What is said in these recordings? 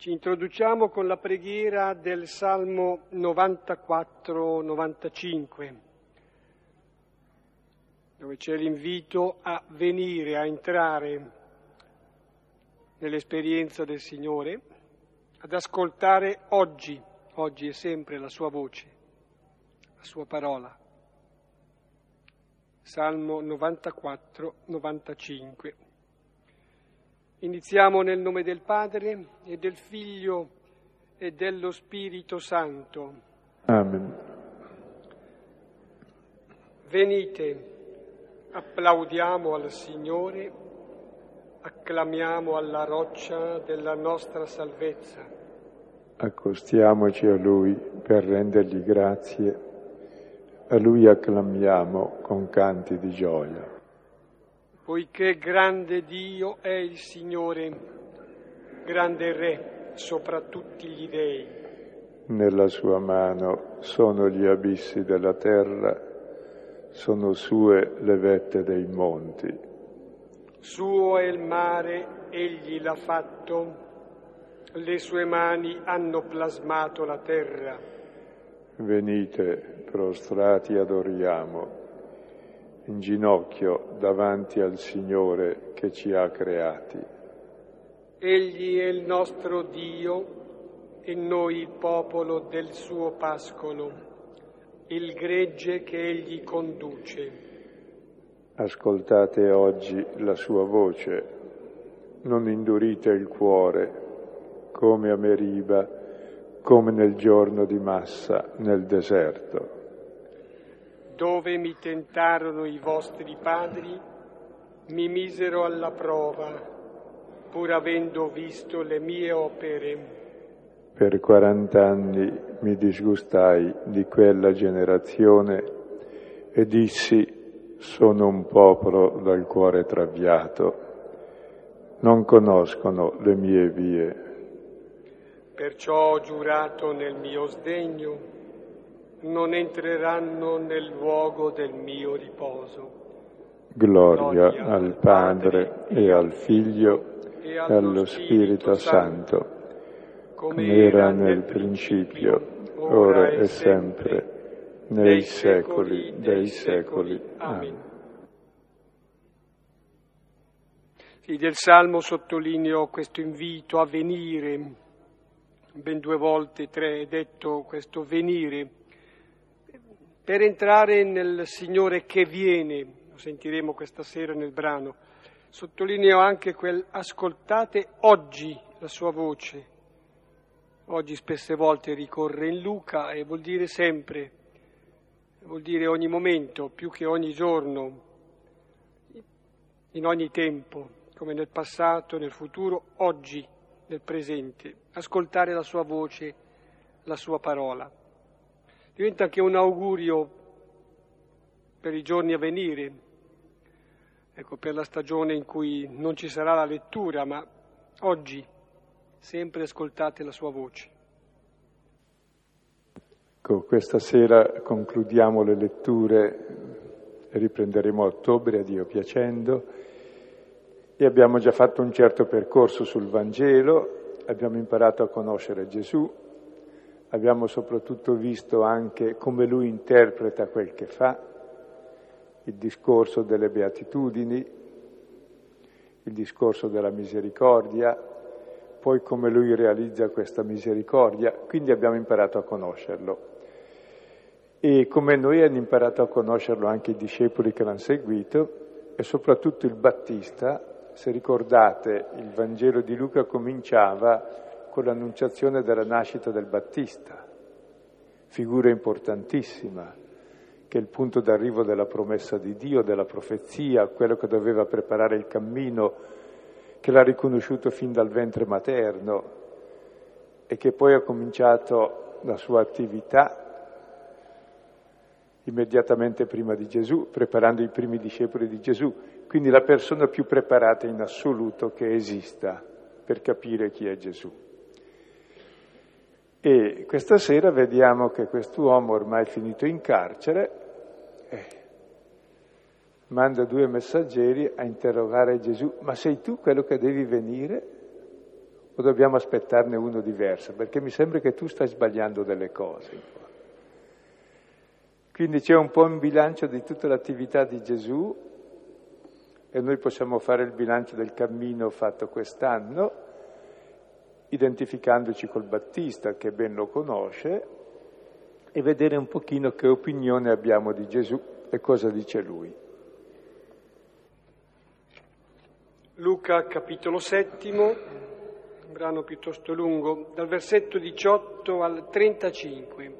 Ci introduciamo con la preghiera del Salmo 94-95, dove c'è l'invito a venire, a entrare nell'esperienza del Signore, ad ascoltare oggi e sempre la sua voce, la sua parola. Salmo 94-95. Iniziamo nel nome del Padre e del Figlio e dello Spirito Santo. Amen. Venite, applaudiamo al Signore, acclamiamo alla roccia della nostra salvezza. Accostiamoci a Lui per rendergli grazie, a Lui acclamiamo con canti di gioia. Poiché grande Dio è il Signore, grande Re sopra tutti gli dei. Nella sua mano sono gli abissi della terra, sono sue le vette dei monti. Suo è il mare, egli l'ha fatto, le sue mani hanno plasmato la terra. Venite, prostrati adoriamo, in ginocchio davanti al Signore che ci ha creati. Egli è il nostro Dio e noi il popolo del suo pascolo, il gregge che egli conduce. Ascoltate oggi la sua voce, non indurite il cuore, come a Meriba, come nel giorno di Massa nel deserto. Dove mi tentarono i vostri padri, mi misero alla prova, pur avendo visto le mie opere. Per 40 anni mi disgustai di quella generazione e dissi: sono un popolo dal cuore traviato, non conoscono le mie vie. Perciò ho giurato nel mio sdegno, non entreranno nel luogo del mio riposo. Gloria al Padre e al Figlio e allo Spirito Santo, come era nel principio, ora e sempre, nei secoli dei secoli. Amen. Sì, del Salmo sottolineo questo invito a venire, ben 2 volte, 3 è detto questo venire, per entrare nel Signore che viene, lo sentiremo questa sera nel brano. Sottolineo anche ascoltate oggi la sua voce. Oggi spesse volte ricorre in Luca e vuol dire sempre, vuol dire ogni momento, più che ogni giorno, in ogni tempo, come nel passato, nel futuro, oggi, nel presente. Ascoltare la sua voce, la sua parola. Diventa anche un augurio per i giorni a venire, ecco, per la stagione in cui non ci sarà la lettura, ma oggi sempre ascoltate la sua voce. Ecco, questa sera concludiamo le letture e riprenderemo a ottobre, a Dio piacendo, e abbiamo già fatto un certo percorso sul Vangelo, abbiamo imparato a conoscere Gesù, abbiamo soprattutto visto anche come Lui interpreta quel che fa, il discorso delle beatitudini, il discorso della misericordia, poi come Lui realizza questa misericordia, quindi abbiamo imparato a conoscerlo. E come noi hanno imparato a conoscerlo anche i discepoli che l'hanno seguito, e soprattutto il Battista. Se ricordate, il Vangelo di Luca cominciava con l'annunciazione della nascita del Battista, figura importantissima, che è il punto d'arrivo della promessa di Dio, della profezia, quello che doveva preparare il cammino, che l'ha riconosciuto fin dal ventre materno e che poi ha cominciato la sua attività immediatamente prima di Gesù, preparando i primi discepoli di Gesù, quindi la persona più preparata in assoluto che esista per capire chi è Gesù. E questa sera vediamo che quest'uomo ormai finito in carcere manda 2 messaggeri a interrogare Gesù: ma sei tu quello che devi venire o dobbiamo aspettarne uno diverso? Perché mi sembra che tu stai sbagliando delle cose. Quindi c'è un po' un bilancio di tutta l'attività di Gesù e noi possiamo fare il bilancio del cammino fatto quest'anno, identificandoci col Battista, che ben lo conosce, e vedere un pochino che opinione abbiamo di Gesù e cosa dice Lui. Luca, capitolo 7, un brano piuttosto lungo, dal versetto 18 al 35.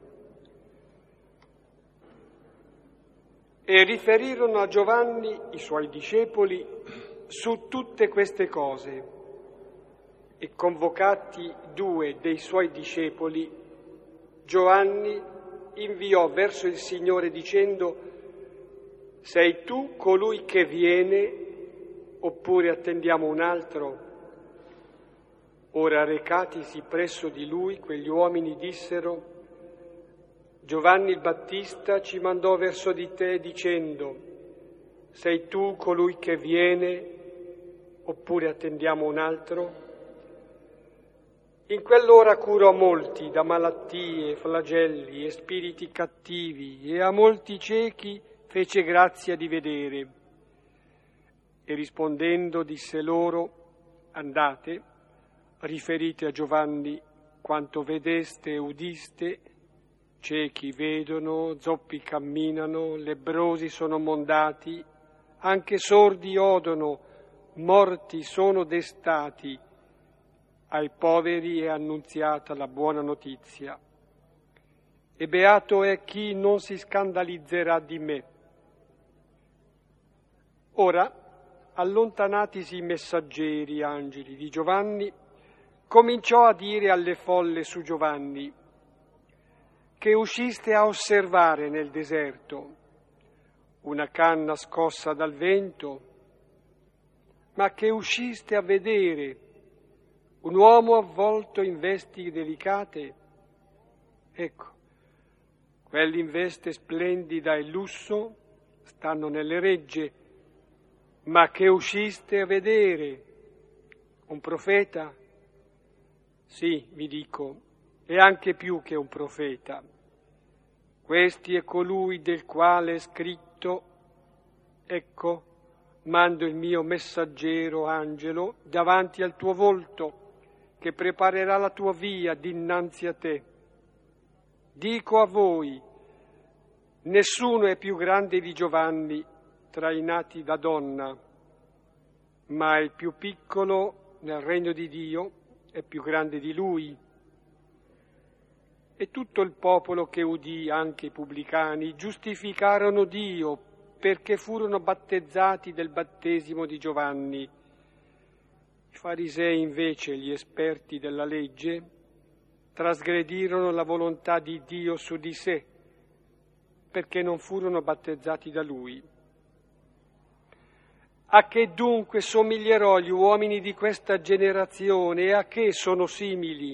E riferirono a Giovanni, i suoi discepoli, su tutte queste cose. E convocati 2 dei suoi discepoli, Giovanni inviò verso il Signore dicendo: sei tu colui che viene, oppure attendiamo un altro? Ora recatisi presso di lui, quegli uomini dissero: Giovanni il Battista ci mandò verso di te dicendo: sei tu colui che viene, oppure attendiamo un altro? In quell'ora curò molti da malattie, flagelli e spiriti cattivi, e a molti ciechi fece grazia di vedere. E rispondendo disse loro: andate, riferite a Giovanni quanto vedeste e udiste: ciechi vedono, zoppi camminano, lebbrosi sono mondati, anche sordi odono, morti sono destati, ai poveri è annunziata la buona notizia. E beato è chi non si scandalizzerà di me. Ora, allontanatisi i messaggeri, angeli di Giovanni, cominciò a dire alle folle su Giovanni: che usciste a osservare nel deserto? Una canna scossa dal vento? Ma che usciste a vedere? Un uomo avvolto in vesti delicate? Ecco, quelli in veste splendida e lusso stanno nelle regge. Ma che usciste a vedere? Un profeta? Sì, vi dico, e anche più che un profeta. Questi è colui del quale è scritto: ecco, mando il mio messaggero angelo davanti al tuo volto, che preparerà la tua via dinanzi a te. Dico a voi, nessuno è più grande di Giovanni tra i nati da donna, ma il più piccolo nel regno di Dio è più grande di lui. E tutto il popolo che udì, anche i pubblicani, giustificarono Dio perché furono battezzati del battesimo di Giovanni. I farisei invece, gli esperti della legge, trasgredirono la volontà di Dio su di sé, perché non furono battezzati da lui. A che dunque somiglierò gli uomini di questa generazione e a che sono simili?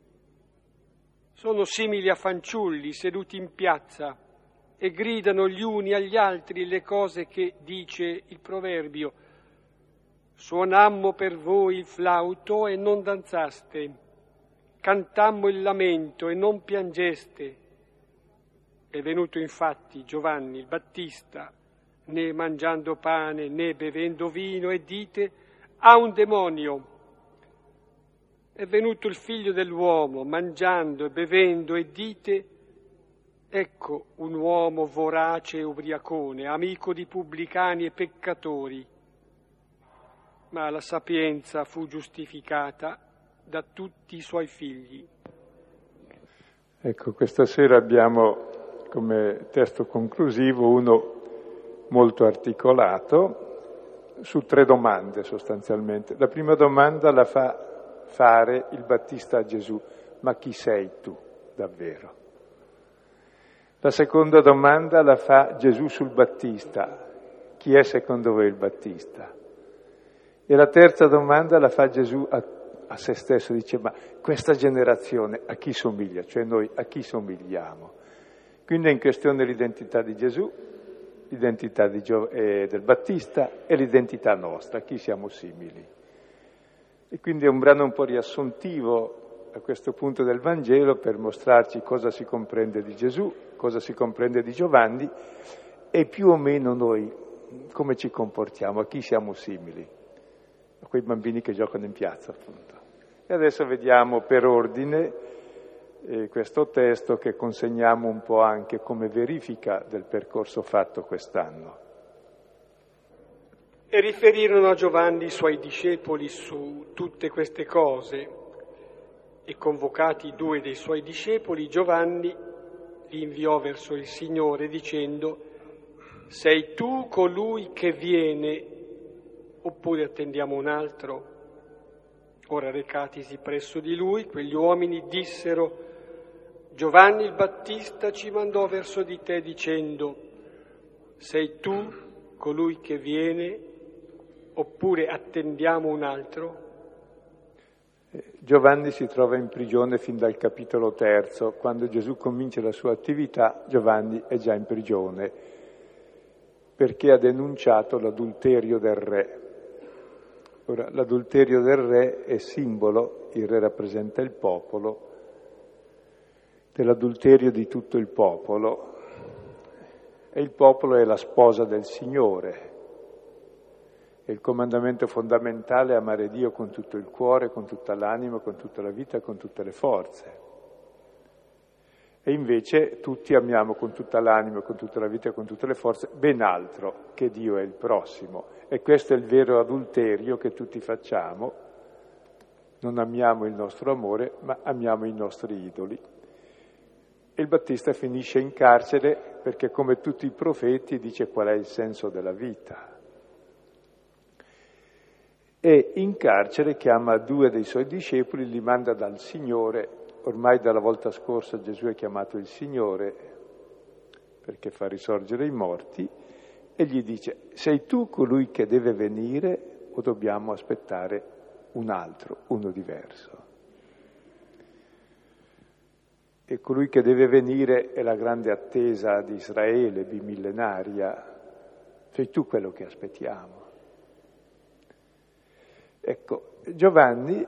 Sono simili a fanciulli seduti in piazza e gridano gli uni agli altri le cose che dice il proverbio: suonammo per voi il flauto e non danzaste, cantammo il lamento e non piangeste. È venuto infatti Giovanni il Battista, né mangiando pane né bevendo vino, e dite: ha un demonio. È venuto il figlio dell'uomo, mangiando e bevendo, e dite: ecco un uomo vorace e ubriacone, amico di pubblicani e peccatori. Ma la sapienza fu giustificata da tutti i suoi figli. Ecco, questa sera abbiamo come testo conclusivo uno molto articolato su 3 domande sostanzialmente. La prima domanda la fa fare il Battista a Gesù: ma chi sei tu davvero? La seconda domanda la fa Gesù sul Battista: chi è secondo voi il Battista? E la terza domanda la fa Gesù a se stesso, dice: ma questa generazione a chi somiglia? Cioè noi a chi somigliamo? Quindi è in questione l'identità di Gesù, l'identità del Battista e l'identità nostra, a chi siamo simili. E quindi è un brano un po' riassuntivo a questo punto del Vangelo per mostrarci cosa si comprende di Gesù, cosa si comprende di Giovanni e più o meno noi come ci comportiamo, a chi siamo simili, a quei bambini che giocano in piazza appunto. E adesso vediamo per ordine questo testo che consegniamo un po' anche come verifica del percorso fatto quest'anno. E riferirono a Giovanni i suoi discepoli su tutte queste cose, e convocati 2 dei suoi discepoli, Giovanni li inviò verso il Signore dicendo: sei tu colui che viene, oppure attendiamo un altro? Ora, recatisi presso di lui, quegli uomini dissero: Giovanni il Battista ci mandò verso di te dicendo: sei tu colui che viene, oppure attendiamo un altro? Giovanni si trova in prigione fin dal capitolo 3. Quando Gesù comincia la sua attività, Giovanni è già in prigione, perché ha denunciato l'adulterio del re. Ora, l'adulterio del re è simbolo, il re rappresenta il popolo, dell'adulterio di tutto il popolo, e il popolo è la sposa del Signore. E il comandamento fondamentale è amare Dio con tutto il cuore, con tutta l'anima, con tutta la vita, con tutte le forze. E invece tutti amiamo con tutta l'anima, con tutta la vita e con tutte le forze ben altro, che Dio è il prossimo. E questo è il vero adulterio che tutti facciamo. Non amiamo il nostro amore, ma amiamo i nostri idoli. E il Battista finisce in carcere perché, come tutti i profeti, dice qual è il senso della vita. E in carcere chiama 2 dei suoi discepoli, li manda dal Signore. Ormai dalla volta scorsa Gesù è chiamato il Signore perché fa risorgere i morti, e gli dice: sei tu colui che deve venire o dobbiamo aspettare un altro, uno diverso? E colui che deve venire è la grande attesa di Israele, bimillenaria. Sei tu quello che aspettiamo. Ecco, Giovanni,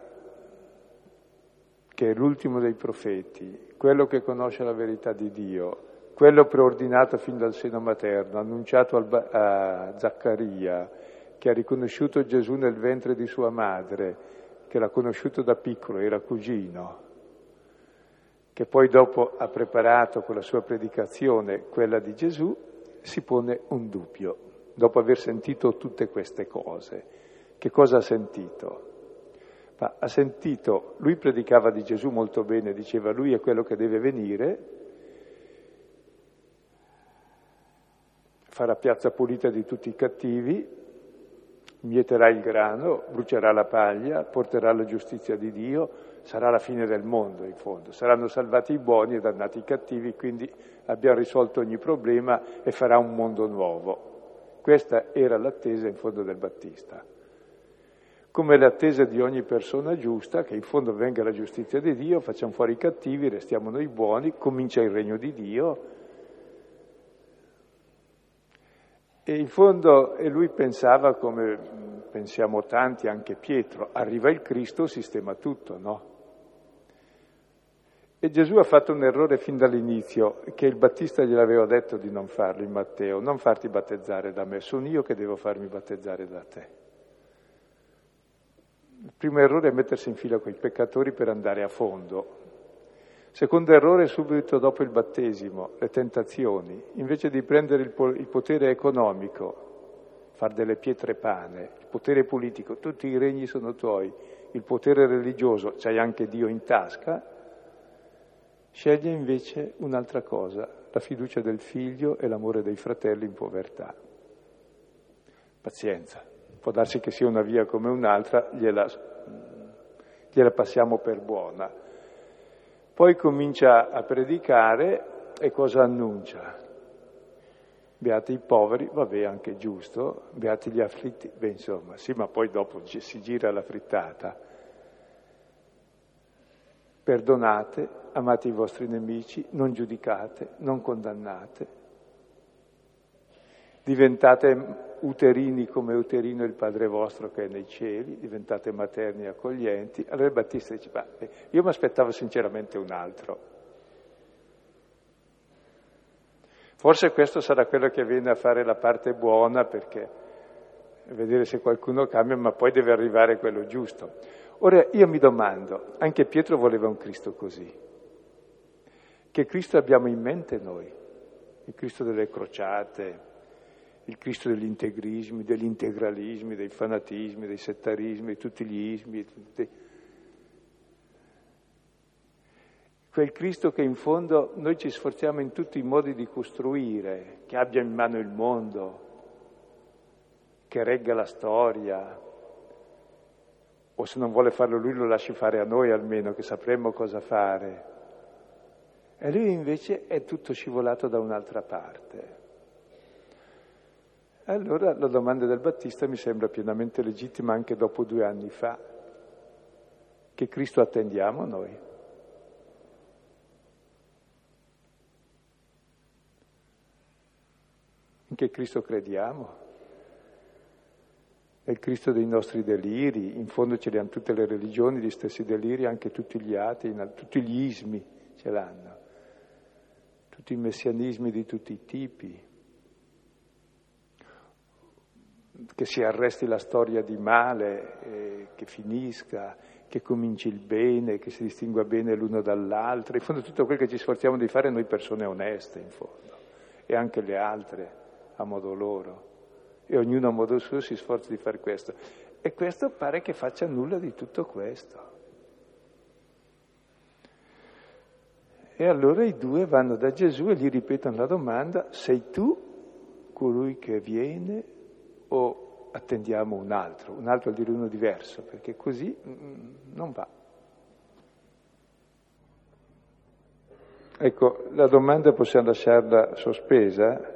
che è l'ultimo dei profeti, quello che conosce la verità di Dio, quello preordinato fin dal seno materno, annunciato a Zaccaria, che ha riconosciuto Gesù nel ventre di sua madre, che l'ha conosciuto da piccolo, era cugino, che poi dopo ha preparato con la sua predicazione quella di Gesù, si pone un dubbio, dopo aver sentito tutte queste cose. Che cosa ha sentito? Ma ha sentito, lui predicava di Gesù molto bene, diceva lui è quello che deve venire, farà piazza pulita di tutti i cattivi, mieterà il grano, brucerà la paglia, porterà la giustizia di Dio, sarà la fine del mondo in fondo, saranno salvati i buoni e dannati i cattivi, quindi abbiamo risolto ogni problema e farà un mondo nuovo. Questa era l'attesa in fondo del Battista. Come l'attesa di ogni persona giusta, che in fondo venga la giustizia di Dio, facciamo fuori i cattivi, restiamo noi buoni, comincia il regno di Dio. E in fondo, e lui pensava, come pensiamo tanti, anche Pietro, arriva il Cristo, sistema tutto, no? E Gesù ha fatto un errore fin dall'inizio, che il Battista gliel'aveva detto di non farlo in Matteo: non farti battezzare da me, sono io che devo farmi battezzare da te. Il primo errore è mettersi in fila con i peccatori per andare a fondo. Secondo errore, subito dopo il battesimo, le tentazioni. Invece di prendere il potere economico, far delle pietre pane, il potere politico, tutti i regni sono tuoi, il potere religioso, c'hai anche Dio in tasca, sceglie invece un'altra cosa, la fiducia del figlio e l'amore dei fratelli in povertà. Pazienza. Può darsi che sia una via come un'altra, gliela passiamo per buona. Poi comincia a predicare e cosa annuncia? Beati i poveri, vabbè, anche giusto, beati gli afflitti, beh insomma, sì, ma poi dopo si gira la frittata. Perdonate, amate i vostri nemici, non giudicate, non condannate. diventate uterini come uterino il Padre vostro che è nei cieli, diventate materni e accoglienti. Allora il Battista dice, io mi aspettavo sinceramente un altro. Forse questo sarà quello che viene a fare la parte buona, perché vedere se qualcuno cambia, ma poi deve arrivare quello giusto. Ora io mi domando, anche Pietro voleva un Cristo così. Che Cristo abbiamo in mente noi? Il Cristo delle crociate, il Cristo degli integrismi, degli integralismi, dei fanatismi, dei settarismi, di tutti gli ismi, quel Cristo che in fondo noi ci sforziamo in tutti i modi di costruire, che abbia in mano il mondo, che regga la storia, o se non vuole farlo lui lo lasci fare a noi almeno, che sapremmo cosa fare. E lui invece è tutto scivolato da un'altra parte. Allora la domanda del Battista mi sembra pienamente legittima anche dopo 2 anni fa. Che Cristo attendiamo noi? In che Cristo crediamo? È il Cristo dei nostri deliri, in fondo ce li hanno tutte le religioni, gli stessi deliri, anche tutti gli atei, tutti gli ismi ce l'hanno, tutti i messianismi di tutti i tipi. Che si arresti la storia di male, che finisca, che cominci il bene, che si distingua bene l'uno dall'altro. In fondo tutto quello che ci sforziamo di fare noi persone oneste, in fondo, e anche le altre a modo loro. E ognuno a modo suo si sforza di fare questo. E questo pare che faccia nulla di tutto questo. E allora i 2 vanno da Gesù e gli ripetono la domanda: sei tu colui che viene o attendiamo un altro? Un altro vuol dire uno diverso, perché così non va. Ecco, la domanda possiamo lasciarla sospesa?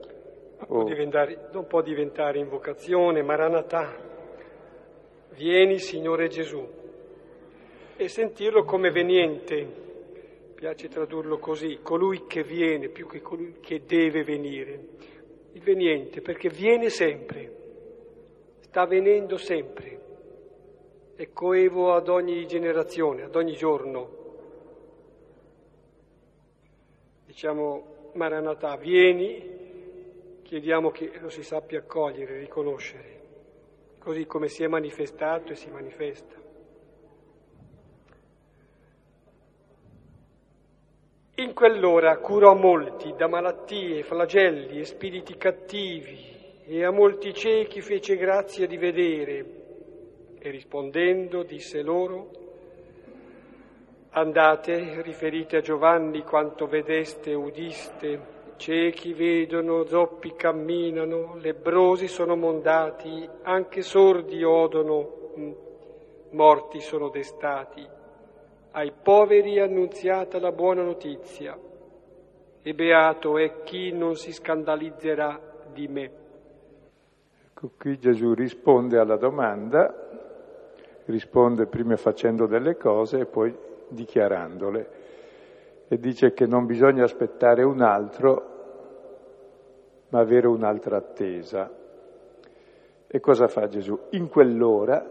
Non può diventare invocazione, Maranatà, vieni Signore Gesù, e sentirlo come veniente, piace tradurlo così, colui che viene più che colui che deve venire, il veniente, perché viene sempre, sta venendo sempre, è coevo ad ogni generazione, ad ogni giorno. Diciamo Maranatà, vieni. Chiediamo che lo si sappia accogliere, riconoscere, così come si è manifestato e si manifesta. In quell'ora curò molti da malattie, flagelli e spiriti cattivi, e a molti ciechi fece grazia di vedere, e rispondendo disse loro: andate, riferite a Giovanni quanto vedeste e udiste. Ciechi vedono, zoppi camminano, lebbrosi sono mondati, anche sordi odono, morti sono destati. Ai poveri è annunziata la buona notizia, e beato è chi non si scandalizzerà di me. Ecco, qui Gesù risponde alla domanda, risponde prima facendo delle cose e poi dichiarandole. E dice che non bisogna aspettare un altro, ma avere un'altra attesa. E cosa fa Gesù? In quell'ora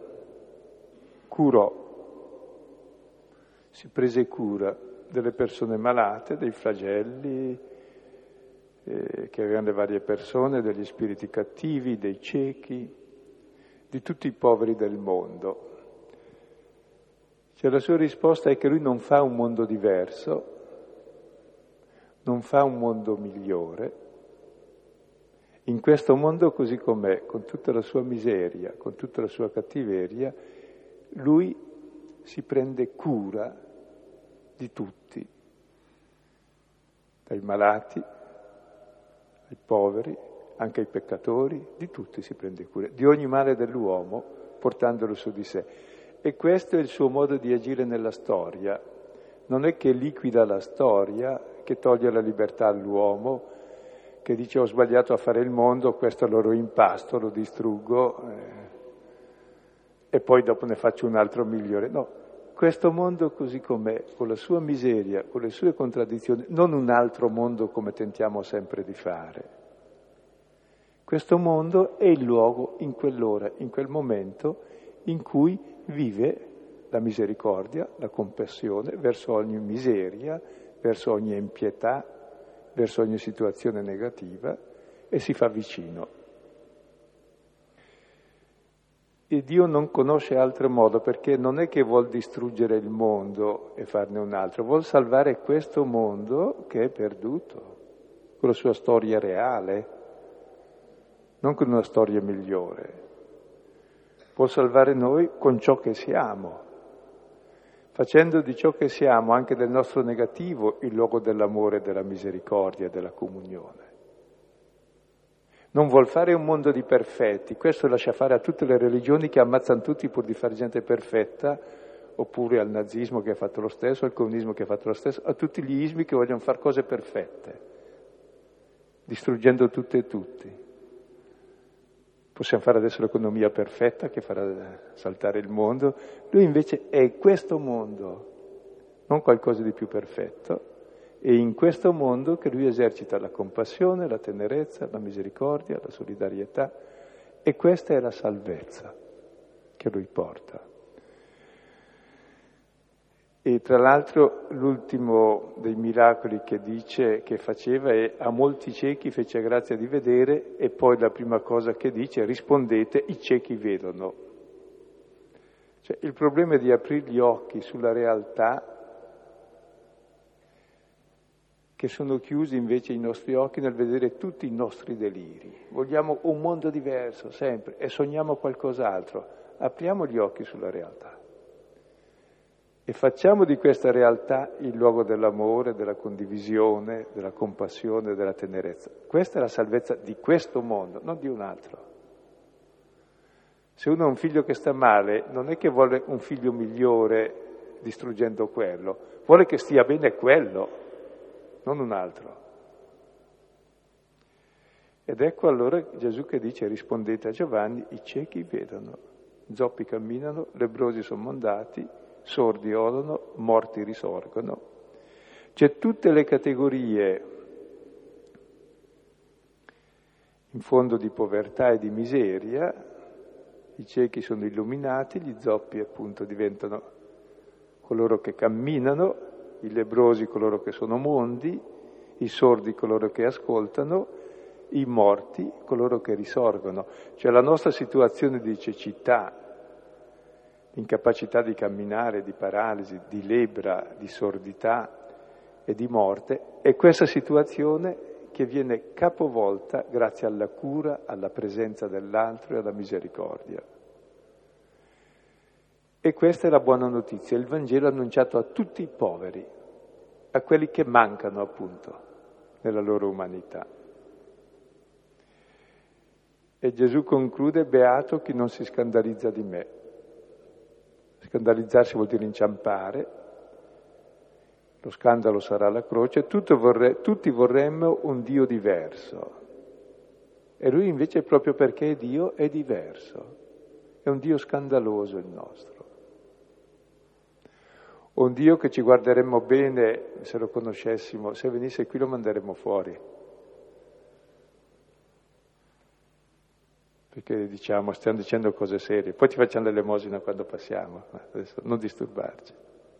curò, si prese cura delle persone malate, dei flagelli che avevano le varie persone, degli spiriti cattivi, dei ciechi, di tutti i poveri del mondo. Cioè la sua risposta è che lui non fa un mondo diverso, non fa un mondo migliore. In questo mondo così com'è, con tutta la sua miseria, con tutta la sua cattiveria, lui si prende cura di tutti, dai malati, ai poveri, anche ai peccatori, di tutti si prende cura, di ogni male dell'uomo, portandolo su di sé. E questo è il suo modo di agire nella storia. Non è che liquida la storia, che toglie la libertà all'uomo, che dice ho sbagliato a fare il mondo, questo lo impasto, lo distruggo e poi dopo ne faccio un altro migliore. No, questo mondo così com'è, con la sua miseria, con le sue contraddizioni, non un altro mondo come tentiamo sempre di fare. Questo mondo è il luogo in quell'ora, in quel momento in cui vive la misericordia, la compassione verso ogni miseria, verso ogni impietà, verso ogni situazione negativa e si fa vicino. E Dio non conosce altro modo, perché non è che vuol distruggere il mondo e farne un altro, vuol salvare questo mondo che è perduto, con la sua storia reale, non con una storia migliore. Vuol salvare noi con ciò che siamo, facendo di ciò che siamo, anche del nostro negativo, il luogo dell'amore, della misericordia e della comunione. Non vuol fare un mondo di perfetti, questo lascia fare a tutte le religioni che ammazzano tutti pur di fare gente perfetta, oppure al nazismo che ha fatto lo stesso, al comunismo che ha fatto lo stesso, a tutti gli ismi che vogliono fare cose perfette, distruggendo tutte e tutti. Possiamo fare adesso l'economia perfetta che farà saltare il mondo, lui invece è questo mondo, non qualcosa di più perfetto. E in questo mondo che lui esercita la compassione, la tenerezza, la misericordia, la solidarietà, e questa è la salvezza che lui porta. E tra l'altro l'ultimo dei miracoli che dice che faceva è: a molti ciechi fece grazia di vedere, e poi la prima cosa che dice: rispondete, i ciechi vedono. Cioè, il problema è di aprire gli occhi sulla realtà, che sono chiusi invece i nostri occhi nel vedere tutti i nostri deliri. Vogliamo un mondo diverso, sempre, e sogniamo qualcos'altro. Apriamo gli occhi sulla realtà e facciamo di questa realtà il luogo dell'amore, della condivisione, della compassione, della tenerezza. Questa è la salvezza di questo mondo, non di un altro. Se uno ha un figlio che sta male, non è che vuole un figlio migliore distruggendo quello, vuole che stia bene quello, non un altro. Ed ecco allora Gesù che dice: rispondete a Giovanni, i ciechi vedono, zoppi camminano, lebbrosi sono mondati, sordi odono, morti risorgono. C'è tutte le categorie in fondo di povertà e di miseria. I ciechi sono illuminati, gli zoppi appunto diventano coloro che camminano, i lebbrosi coloro che sono mondi, i sordi coloro che ascoltano, i morti coloro che risorgono. Cioè la nostra situazione di cecità, incapacità di camminare, di paralisi, di lebbra, di sordità e di morte, è questa situazione che viene capovolta grazie alla cura, alla presenza dell'altro e alla misericordia. E questa è la buona notizia, il Vangelo annunciato a tutti i poveri, a quelli che mancano appunto nella loro umanità. E Gesù conclude: beato chi non si scandalizza di me. Scandalizzarsi vuol dire inciampare, lo scandalo sarà la croce, tutti vorremmo un Dio diverso. E lui invece, proprio perché è Dio, è diverso. È un Dio scandaloso il nostro. Un Dio che ci guarderemmo bene se lo conoscessimo, se venisse qui lo manderemmo fuori. Perché diciamo, stiamo dicendo cose serie, poi ti facciamo l'elemosina quando passiamo, adesso non disturbarci.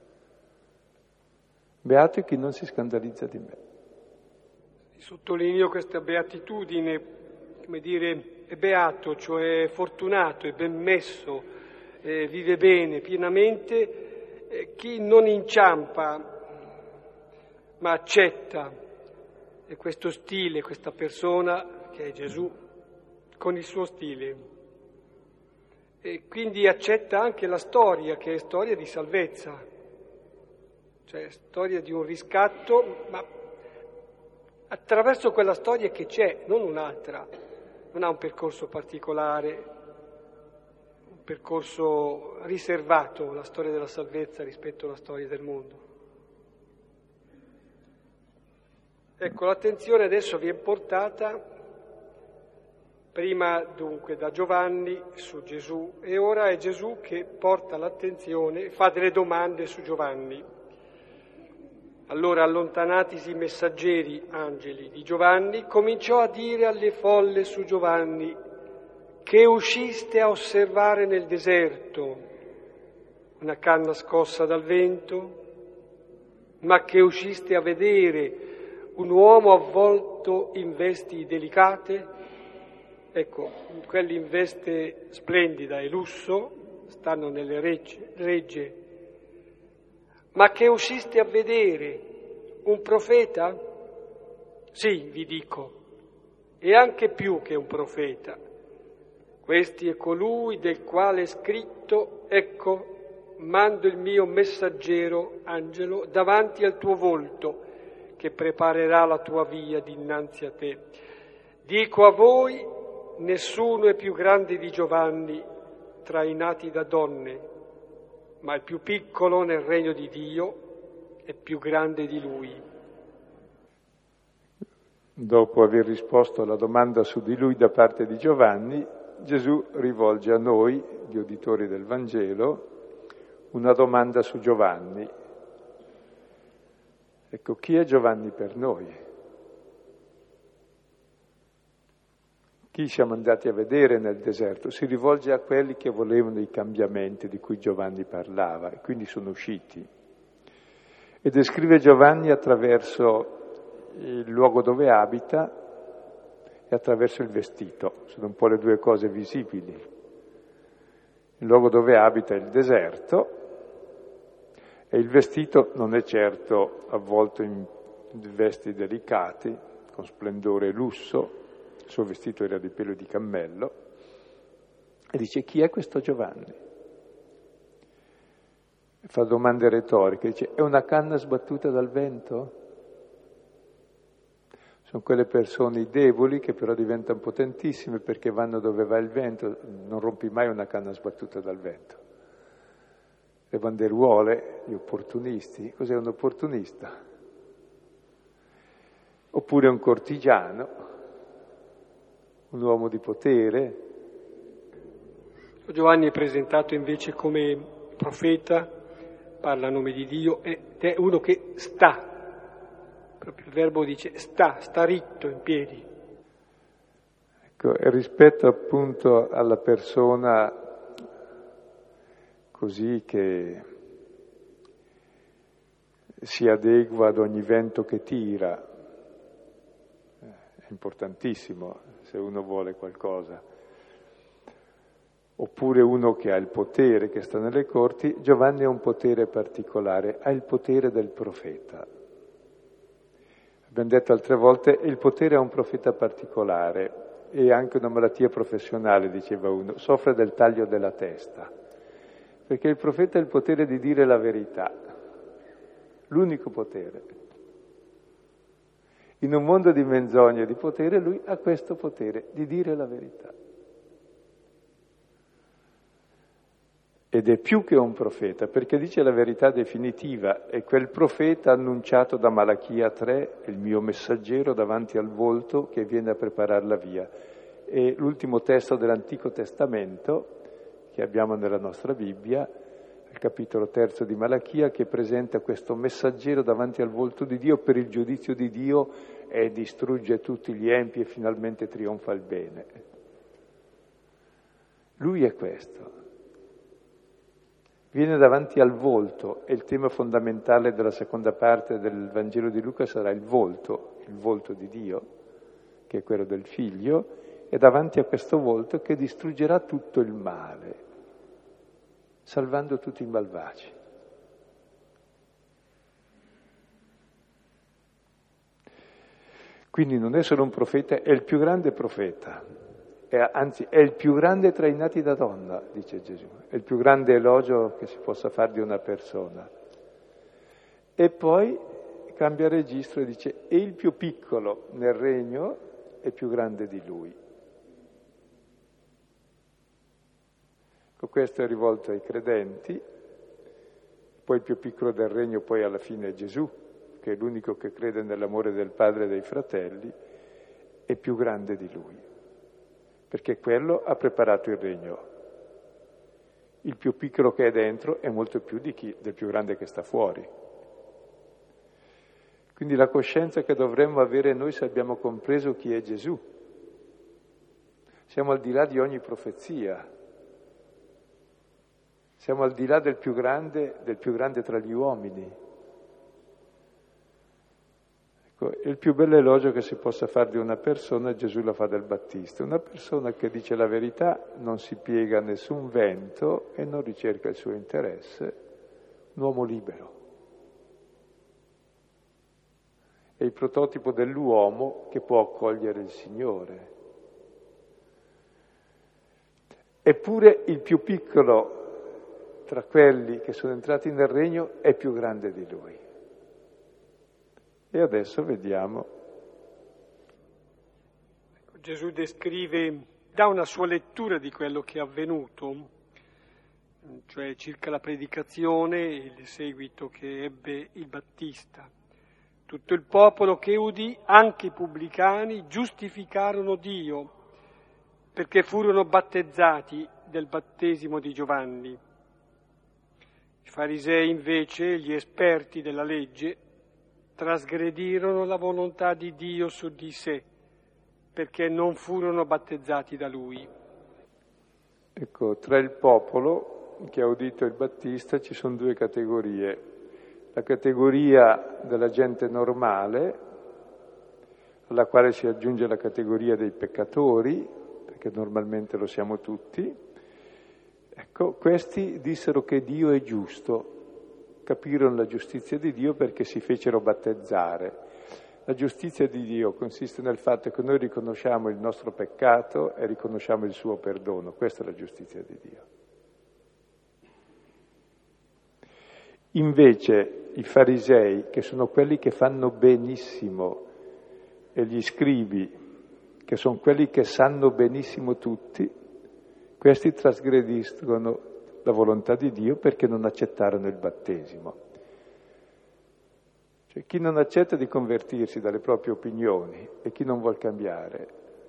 Beato è chi non si scandalizza di me. Sottolineo questa beatitudine, come dire, è beato, cioè fortunato, è ben messo, vive bene, pienamente, chi non inciampa, ma accetta questo stile, questa persona che è Gesù, con il suo stile. E quindi accetta anche la storia, che è storia di salvezza, cioè storia di un riscatto, ma attraverso quella storia che c'è, non un'altra. Non ha un percorso particolare, un percorso riservato, la storia della salvezza rispetto alla storia del mondo. Ecco, l'attenzione adesso viene portata prima dunque da Giovanni su Gesù, e ora è Gesù che porta l'attenzione, fa delle domande su Giovanni. Allora, allontanatisi i messaggeri, angeli, di Giovanni, cominciò a dire alle folle su Giovanni: che usciste a osservare nel deserto? Una canna scossa dal vento? Ma che usciste a vedere un uomo avvolto in vesti delicate? Ecco, quelli in veste splendida e lusso stanno nelle regge. Ma che usciste a vedere un profeta? Sì, vi dico, e anche più che un profeta. Questi è colui del quale è scritto: ecco, mando il mio messaggero, angelo, davanti al tuo volto, che preparerà la tua via dinanzi a te. Dico a voi, nessuno è più grande di Giovanni tra i nati da donne, ma il più piccolo nel regno di Dio è più grande di lui. Dopo aver risposto alla domanda su di lui da parte di Giovanni, Gesù rivolge a noi, gli uditori del Vangelo, una domanda su Giovanni. Ecco, chi è Giovanni per noi? Chi siamo andati a vedere nel deserto? Si rivolge a quelli che volevano i cambiamenti di cui Giovanni parlava e quindi sono usciti. E descrive Giovanni attraverso il luogo dove abita e attraverso il vestito. Sono un po' le due cose visibili. Il luogo dove abita è il deserto e il vestito non è certo avvolto in vesti delicati, con splendore e lusso. Il suo vestito era di pelo di cammello, e dice: chi è questo Giovanni? Fa domande retoriche, dice: è una canna sbattuta dal vento? Sono quelle persone deboli che però diventano potentissime perché vanno dove va il vento. Non rompi mai una canna sbattuta dal vento. Le banderuole, gli opportunisti. Cos'è un opportunista? Oppure un cortigiano, un uomo di potere. Giovanni è presentato invece come profeta, parla a nome di Dio ed è uno che sta, proprio il verbo dice sta ritto in piedi. Ecco, e rispetto appunto alla persona così che si adegua ad ogni vento che tira, è importantissimo se uno vuole qualcosa. Oppure uno che ha il potere, che sta nelle corti. Giovanni ha un potere particolare, ha il potere del profeta. Abbiamo detto altre volte, il potere ha un profeta particolare e anche una malattia professionale, diceva uno, soffre del taglio della testa, perché il profeta ha il potere di dire la verità, l'unico potere. In un mondo di menzogne e di potere, lui ha questo potere di dire la verità. Ed è più che un profeta, perché dice la verità definitiva, è quel profeta annunciato da Malachia 3, il mio messaggero davanti al volto che viene a preparare la via. È l'ultimo testo dell'Antico Testamento che abbiamo nella nostra Bibbia, il capitolo 3 di Malachia, che presenta questo messaggero davanti al volto di Dio per il giudizio di Dio e distrugge tutti gli empi e finalmente trionfa il bene. Lui è questo. Viene davanti al volto, e il tema fondamentale della seconda parte del Vangelo di Luca sarà il volto di Dio, che è quello del Figlio, e davanti a questo volto che distruggerà tutto il male, salvando tutti i malvagi. Quindi non è solo un profeta, è il più grande profeta. Anzi, è il più grande tra i nati da donna, dice Gesù, è il più grande elogio che si possa fare di una persona. E poi cambia registro e dice: e il più piccolo nel regno è più grande di lui. Questo è rivolto ai credenti, poi il più piccolo del regno poi alla fine è Gesù, che è l'unico che crede nell'amore del Padre e dei fratelli, è più grande di lui. Perché quello ha preparato il regno. Il più piccolo che è dentro è molto più del più grande che sta fuori. Quindi la coscienza che dovremmo avere noi se abbiamo compreso chi è Gesù. Siamo al di là di ogni profezia. Siamo al di là del più grande tra gli uomini. Ecco, il più bello elogio che si possa fare di una persona, Gesù lo fa del Battista. Una persona che dice la verità, non si piega a nessun vento e non ricerca il suo interesse, un uomo libero. È il prototipo dell'uomo che può accogliere il Signore. Eppure il più piccolo tra quelli che sono entrati nel regno è più grande di lui. E adesso vediamo. Gesù descrive, dà una sua lettura di quello che è avvenuto, cioè circa la predicazione e il seguito che ebbe il Battista. Tutto il popolo che udì, anche i pubblicani, giustificarono Dio, perché furono battezzati del battesimo di Giovanni. I farisei invece, gli esperti della legge, trasgredirono la volontà di Dio su di sé, perché non furono battezzati da Lui. Ecco, tra il popolo che ha udito il Battista ci sono due categorie. La categoria della gente normale, alla quale si aggiunge la categoria dei peccatori, perché normalmente lo siamo tutti. Ecco, questi dissero che Dio è giusto, capirono la giustizia di Dio perché si fecero battezzare. La giustizia di Dio consiste nel fatto che noi riconosciamo il nostro peccato e riconosciamo il suo perdono. Questa è la giustizia di Dio. Invece i farisei, che sono quelli che fanno benissimo, e gli scribi, che sono quelli che sanno benissimo tutti, questi trasgrediscono la volontà di Dio perché non accettarono il battesimo. Cioè chi non accetta di convertirsi dalle proprie opinioni e chi non vuol cambiare,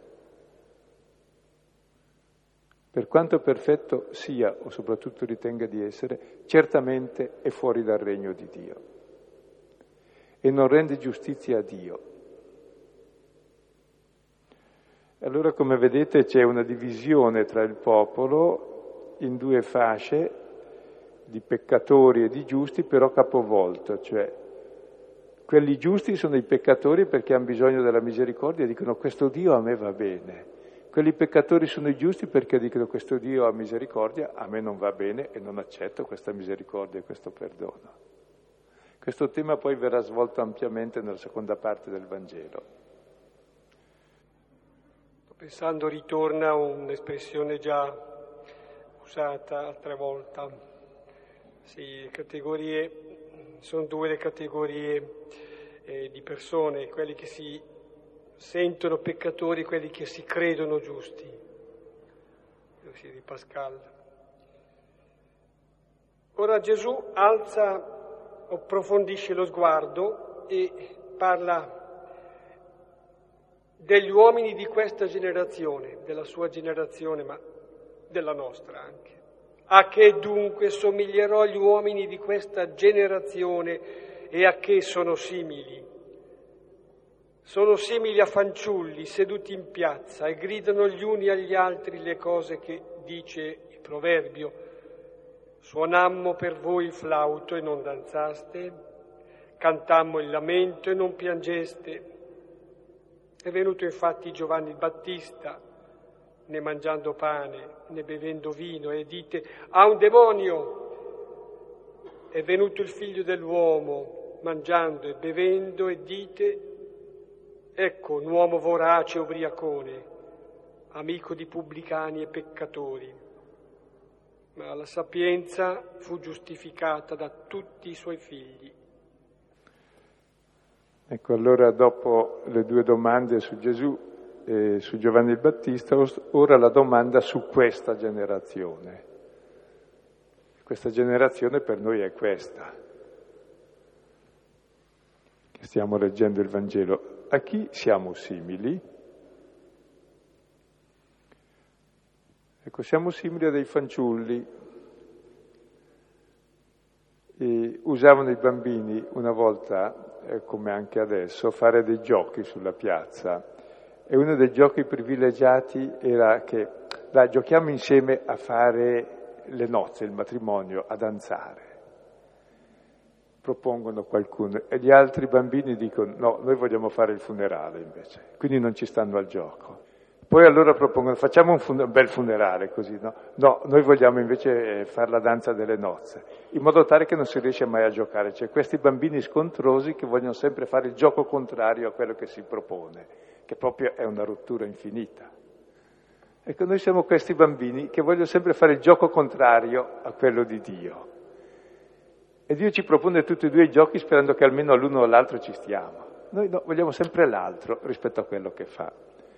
per quanto perfetto sia o soprattutto ritenga di essere, certamente è fuori dal regno di Dio e non rende giustizia a Dio. Allora, come vedete, c'è una divisione tra il popolo in due fasce di peccatori e di giusti, però capovolto, cioè quelli giusti sono i peccatori perché hanno bisogno della misericordia e dicono questo Dio a me va bene. Quelli peccatori sono i giusti perché dicono questo Dio ha misericordia, a me non va bene e non accetto questa misericordia e questo perdono. Questo tema poi verrà svolto ampiamente nella seconda parte del Vangelo. Pensando ritorna un'espressione già usata altre volte. Sì, sono due le categorie di persone, quelli che si sentono peccatori e quelli che si credono giusti. Così di Pascal. Ora Gesù approfondisce lo sguardo e parla degli uomini di questa generazione, della sua generazione, ma della nostra anche. A che dunque somiglierò agli uomini di questa generazione e a che sono simili? Sono simili a fanciulli seduti in piazza e gridano gli uni agli altri le cose che dice il proverbio. Suonammo per voi il flauto e non danzaste, cantammo il lamento e non piangeste. È venuto infatti Giovanni il Battista, né mangiando pane, né bevendo vino, e dite, ha un demonio. È venuto il figlio dell'uomo, mangiando e bevendo, e dite, ecco un uomo vorace e ubriacone, amico di pubblicani e peccatori. Ma la sapienza fu giustificata da tutti i suoi figli. Ecco, allora dopo le due domande su Gesù e su Giovanni il Battista, ora la domanda su questa generazione. Questa generazione per noi è questa, che stiamo leggendo il Vangelo. A chi siamo simili? Ecco, siamo simili a dei fanciulli. E usavano i bambini una volta, come anche adesso, fare dei giochi sulla piazza. E uno dei giochi privilegiati era che, dai, giochiamo insieme a fare le nozze, il matrimonio, a danzare. Propongono qualcuno e gli altri bambini dicono no, noi vogliamo fare il funerale invece, quindi non ci stanno al gioco. Poi allora propongono facciamo un bel funerale così, no? No, noi vogliamo invece fare la danza delle nozze, in modo tale che non si riesce mai a giocare. Cioè questi bambini scontrosi che vogliono sempre fare il gioco contrario a quello che si propone, che proprio è una rottura infinita. Ecco, noi siamo questi bambini che vogliono sempre fare il gioco contrario a quello di Dio. E Dio ci propone tutti e due i giochi sperando che almeno all'uno o all'altro ci stiamo. Noi no, vogliamo sempre l'altro rispetto a quello che fa.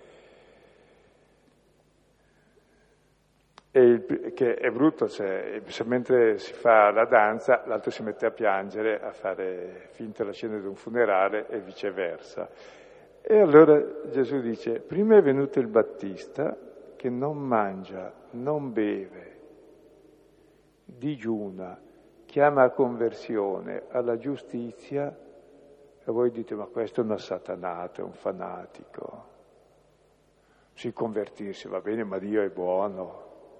Che è brutto, cioè, se mentre si fa la danza l'altro si mette a piangere, a fare finta la scena di un funerale e viceversa. E allora Gesù dice, prima è venuto il Battista che non mangia, non beve, digiuna, chiama a conversione, alla giustizia, e voi dite, ma questo è un assatanato, è un fanatico. Sì, convertirsi va bene, ma Dio è buono.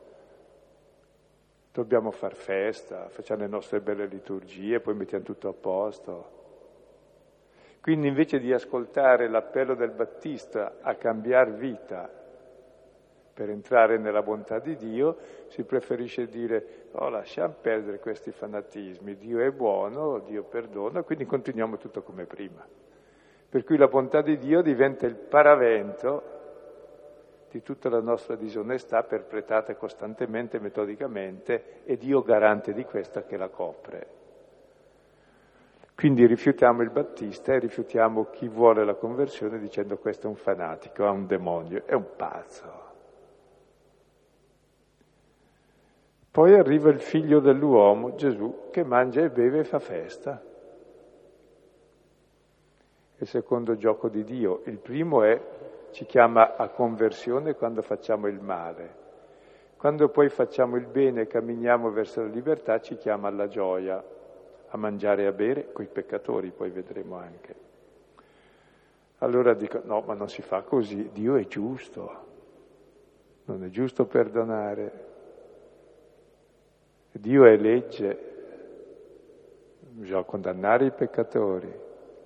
Dobbiamo far festa, facciamo le nostre belle liturgie, poi mettiamo tutto a posto. Quindi invece di ascoltare l'appello del Battista a cambiare vita per entrare nella bontà di Dio, si preferisce dire, oh, lasciamo perdere questi fanatismi, Dio è buono, Dio perdona, quindi continuiamo tutto come prima. Per cui la bontà di Dio diventa il paravento di tutta la nostra disonestà perpetrata costantemente, metodicamente, e Dio garante di questa che la copre. Quindi rifiutiamo il Battista e rifiutiamo chi vuole la conversione dicendo questo è un fanatico, è un demonio, è un pazzo. Poi arriva il figlio dell'uomo, Gesù, che mangia e beve e fa festa. Il secondo gioco di Dio. Il primo ci chiama a conversione quando facciamo il male. Quando poi facciamo il bene e camminiamo verso la libertà, ci chiama alla gioia, a mangiare e a bere coi peccatori, poi vedremo anche. Allora dico, no, ma non si fa così, Dio è giusto, non è giusto perdonare. Dio è legge, bisogna condannare i peccatori.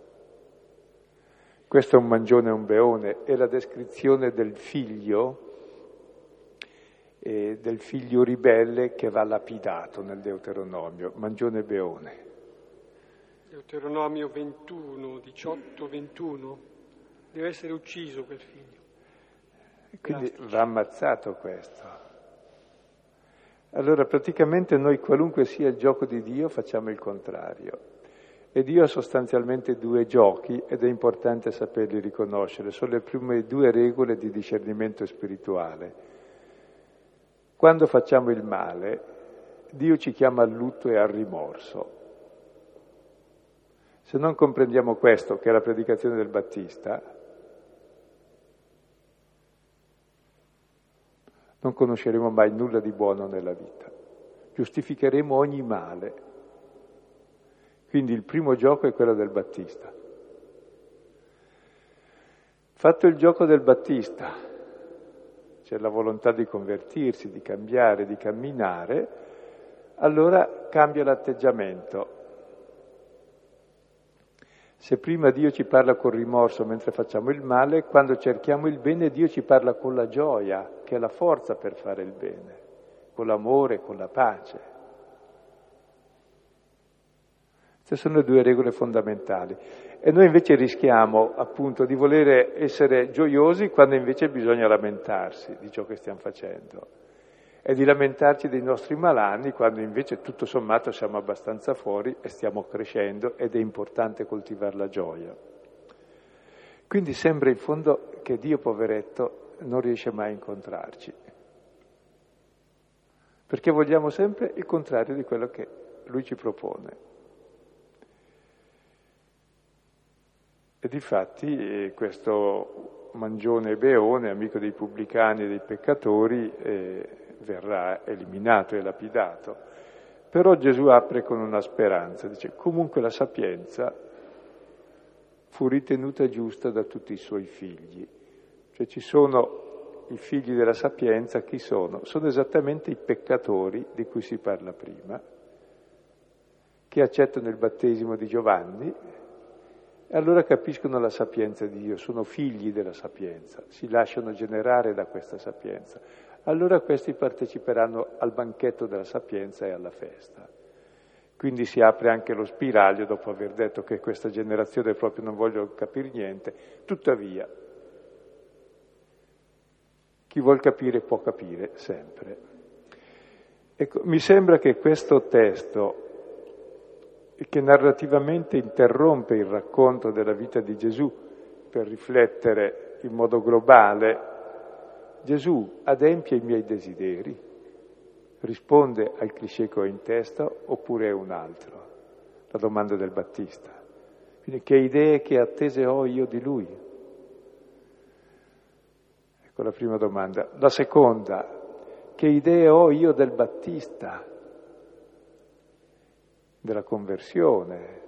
Questo è un mangione e un beone, è la descrizione del figlio ribelle che va lapidato nel Deuteronomio, mangione e beone. Deuteronomio 21, 18, 21, deve essere ucciso quel figlio. Quindi va ammazzato questo. Allora praticamente noi qualunque sia il gioco di Dio facciamo il contrario. E Dio ha sostanzialmente due giochi ed è importante saperli riconoscere, sono le prime due regole di discernimento spirituale. Quando facciamo il male, Dio ci chiama al lutto e al rimorso. Se non comprendiamo questo, che è la predicazione del Battista, non conosceremo mai nulla di buono nella vita. Giustificheremo ogni male. Quindi il primo gioco è quello del Battista. Fatto il gioco del Battista, c'è la volontà di convertirsi, di cambiare, di camminare, allora cambia l'atteggiamento. Se prima Dio ci parla col rimorso mentre facciamo il male, quando cerchiamo il bene Dio ci parla con la gioia, che è la forza per fare il bene, con l'amore, con la pace. Queste sono le due regole fondamentali. E noi invece rischiamo appunto di voler essere gioiosi quando invece bisogna lamentarsi di ciò che stiamo facendo e di lamentarci dei nostri malanni quando invece tutto sommato siamo abbastanza fuori e stiamo crescendo ed è importante coltivare la gioia. Quindi sembra in fondo che Dio, poveretto, non riesce mai a incontrarci, perché vogliamo sempre il contrario di quello che Lui ci propone. E difatti questo mangione e beone, amico dei pubblicani e dei peccatori, verrà eliminato e lapidato. Però Gesù apre con una speranza, dice: comunque la sapienza fu ritenuta giusta da tutti i suoi figli. Cioè ci sono i figli della sapienza, chi sono? Sono esattamente i peccatori di cui si parla prima, che accettano il battesimo di Giovanni e allora capiscono la sapienza di Dio, sono figli della sapienza, si lasciano generare da questa sapienza. Allora questi parteciperanno al banchetto della sapienza e alla festa. Quindi si apre anche lo spiraglio, dopo aver detto che questa generazione proprio non voglio capire niente. Tuttavia, chi vuol capire può capire sempre. Ecco, mi sembra che questo testo, che narrativamente interrompe il racconto della vita di Gesù per riflettere in modo globale, Gesù adempie i miei desideri, risponde al cliché che ho in testa oppure è un altro? La domanda del Battista. Quindi che idee, che attese ho io di lui? Ecco la prima domanda. La seconda, che idee ho io del Battista? Della conversione,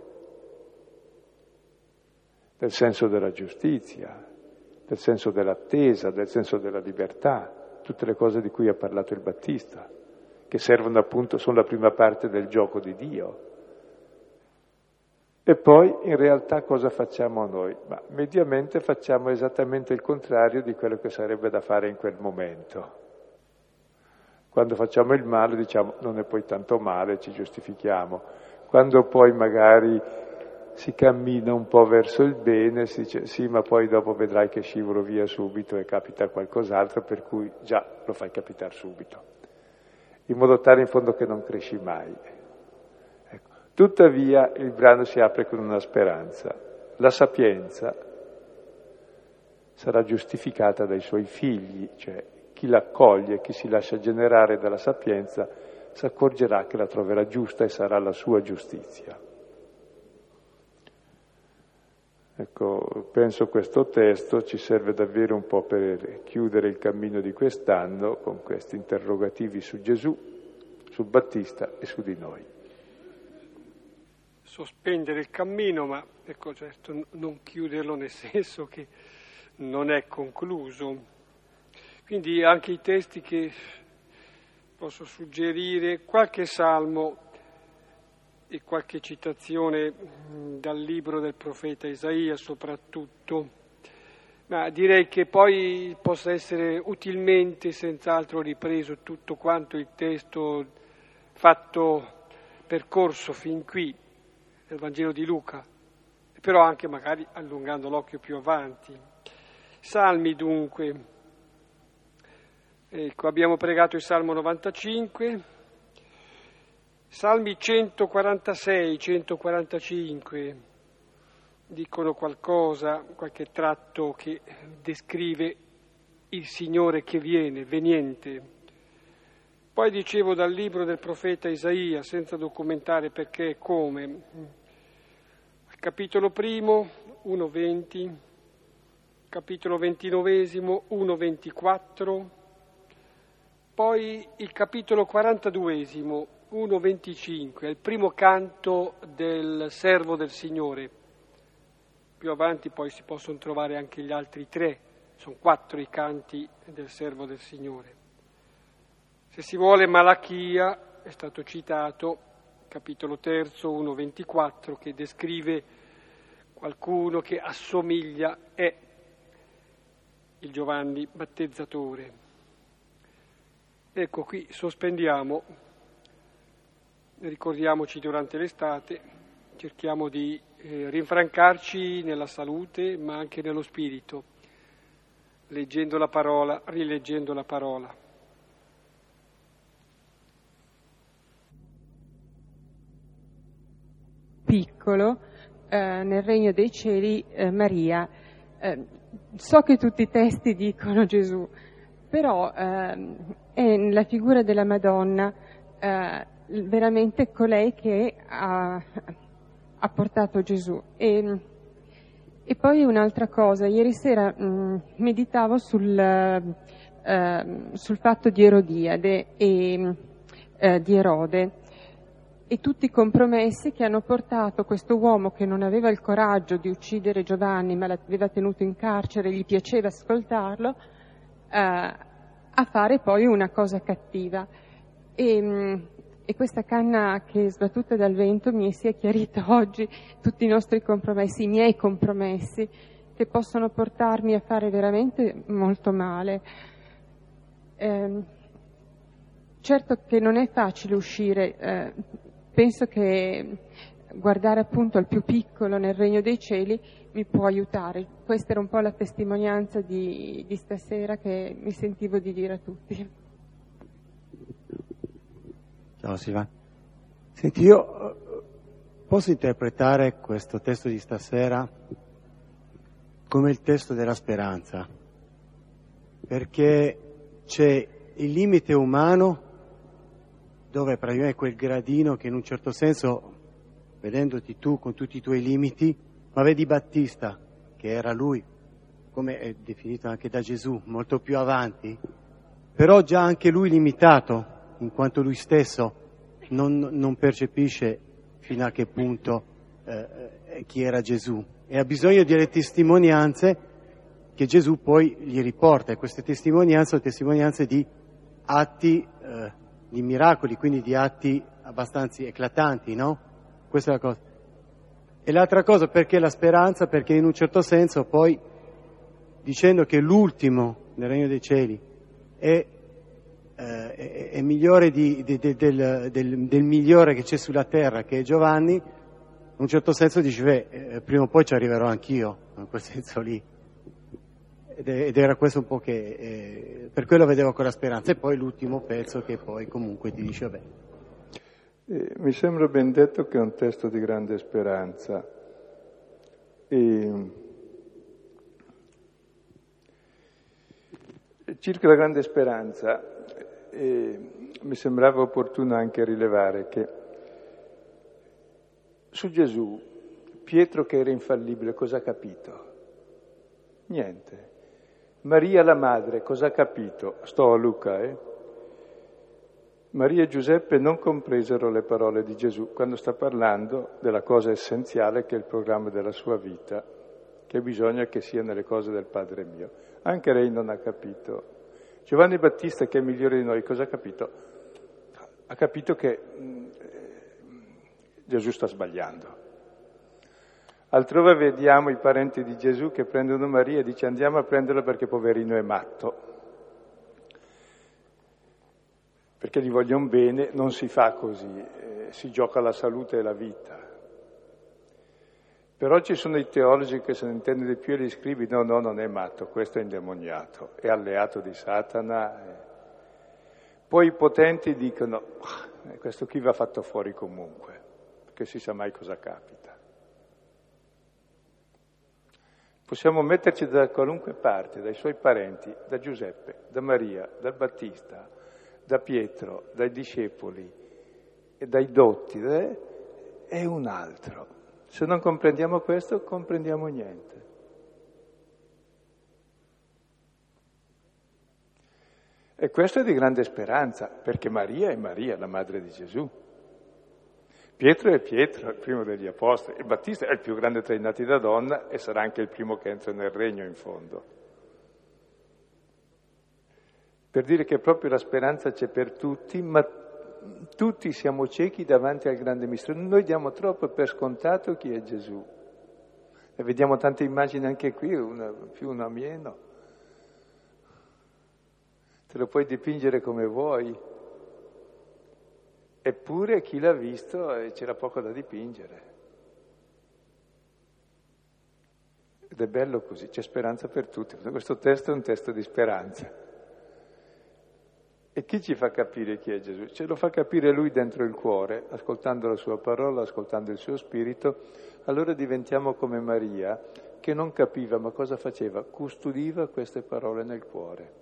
del senso della giustizia, del senso dell'attesa, del senso della libertà, tutte le cose di cui ha parlato il Battista, che servono appunto, sono la prima parte del gioco di Dio. E poi in realtà cosa facciamo noi? Ma mediamente facciamo esattamente il contrario di quello che sarebbe da fare in quel momento. Quando facciamo il male diciamo non è poi tanto male, ci giustifichiamo. Quando poi magari si cammina un po' verso il bene, si dice sì, ma poi dopo vedrai che scivolo via subito e capita qualcos'altro, per cui già lo fai capitare subito, in modo tale in fondo che non cresci mai. Ecco. Tuttavia il brano si apre con una speranza. La sapienza sarà giustificata dai suoi figli, cioè chi l'accoglie, chi si lascia generare dalla sapienza, si accorgerà che la troverà giusta e sarà la sua giustizia. Ecco, penso questo testo ci serve davvero un po' per chiudere il cammino di quest'anno con questi interrogativi su Gesù, sul Battista e su di noi. Sospendere il cammino, ma ecco, certo, non chiuderlo nel senso che non è concluso. Quindi anche i testi che posso suggerire, qualche salmo e qualche citazione dal libro del profeta Isaia soprattutto, ma direi che poi possa essere utilmente senz'altro ripreso tutto quanto il testo fatto, percorso fin qui del Vangelo di Luca, però anche magari allungando l'occhio più avanti. Salmi dunque. Ecco, abbiamo pregato il Salmo 95, Salmi 146, 145 dicono qualcosa, qualche tratto che descrive il Signore che viene, veniente. Poi dicevo dal libro del profeta Isaia, senza documentare perché e come, capitolo primo, 1:20, capitolo 29, 1:24, poi il capitolo 42, 1:25, è il primo canto del servo del Signore. Più avanti poi si possono trovare anche gli altri 3, sono 4 i canti del servo del Signore. Se si vuole Malachia, è stato citato, capitolo 3, 1:24, che descrive qualcuno che assomiglia, è il Giovanni Battezzatore. Ecco, qui sospendiamo, ricordiamoci durante l'estate, cerchiamo di rinfrancarci nella salute ma anche nello spirito, leggendo la parola, rileggendo la parola. Piccolo, nel regno dei cieli, Maria. So che tutti i testi dicono Gesù, però è nella figura della Madonna veramente colei che ha portato Gesù. E poi un'altra cosa, ieri sera meditavo sul fatto di Erodiade e di Erode. e tutti i compromessi che hanno portato questo uomo che non aveva il coraggio di uccidere Giovanni ma l'aveva tenuto in carcere, gli piaceva ascoltarlo, a fare poi una cosa cattiva. E questa canna che è sbattuta dal vento mi si è chiarita oggi tutti i nostri compromessi, i miei compromessi, che possono portarmi a fare veramente molto male. Certo che non è facile uscire, penso che guardare appunto al più piccolo nel regno dei cieli mi può aiutare. Questa era un po' la testimonianza di stasera che mi sentivo di dire a tutti. Ciao Silvana. Senti, io posso interpretare questo testo di stasera come il testo della speranza, perché c'è il limite umano dove praticamente quel gradino che in un certo senso, vedendoti tu con tutti i tuoi limiti, ma vedi Battista, che era lui, come è definito anche da Gesù, molto più avanti, però già anche lui limitato, in quanto lui stesso non percepisce fino a che punto chi era Gesù. E ha bisogno delle testimonianze che Gesù poi gli riporta, e queste testimonianze sono testimonianze di atti di miracoli, quindi di atti abbastanza eclatanti, no? Questa è la cosa. E l'altra cosa, perché la speranza? Perché in un certo senso poi, dicendo che l'ultimo nel regno dei cieli è migliore del migliore che c'è sulla terra, che è Giovanni, in un certo senso dice, prima o poi ci arriverò anch'io, in quel senso lì. Ed era questo un po' che per quello vedevo con la speranza. E poi l'ultimo pezzo che poi comunque ti dice vabbè. Mi sembra ben detto che è un testo di grande speranza. Circa la grande speranza mi sembrava opportuno anche rilevare che su Gesù Pietro, che era infallibile, cosa ha capito? Niente. Maria la madre, cosa ha capito? Sto a Luca, Maria e Giuseppe non compresero le parole di Gesù quando sta parlando della cosa essenziale che è il programma della sua vita, che bisogna che sia nelle cose del Padre mio. Anche lei non ha capito. Giovanni Battista, che è migliore di noi, cosa ha capito? Ha capito che Gesù sta sbagliando. Altrove vediamo i parenti di Gesù che prendono Maria e dice andiamo a prenderla perché poverino è matto. Perché gli vogliono bene, non si fa così, si gioca la salute e la vita. Però ci sono i teologi che se ne intendono di più e gli scrivi no, non è matto, questo è indemoniato, è alleato di Satana. Poi i potenti dicono questo qui va fatto fuori comunque, perché si sa mai cosa capita. Possiamo metterci da qualunque parte, dai suoi parenti, da Giuseppe, da Maria, dal Battista, da Pietro, dai discepoli e dai dotti, è un altro. Se non comprendiamo questo, comprendiamo niente. E questo è di grande speranza, perché Maria è Maria, la madre di Gesù. Pietro è Pietro, il primo degli apostoli, e Battista è il più grande tra i nati da donna e sarà anche il primo che entra nel regno in fondo. Per dire che proprio la speranza c'è per tutti, ma tutti siamo ciechi davanti al grande mistero. Noi diamo troppo per scontato chi è Gesù. E vediamo tante immagini anche qui, una più, una meno. Te lo puoi dipingere come vuoi. Eppure chi l'ha visto c'era poco da dipingere. Ed è bello così, c'è speranza per tutti. Questo testo è un testo di speranza. E chi ci fa capire chi è Gesù? Ce lo fa capire lui dentro il cuore, ascoltando la sua parola, ascoltando il suo spirito. Allora diventiamo come Maria, che non capiva, ma cosa faceva? Custodiva queste parole nel cuore.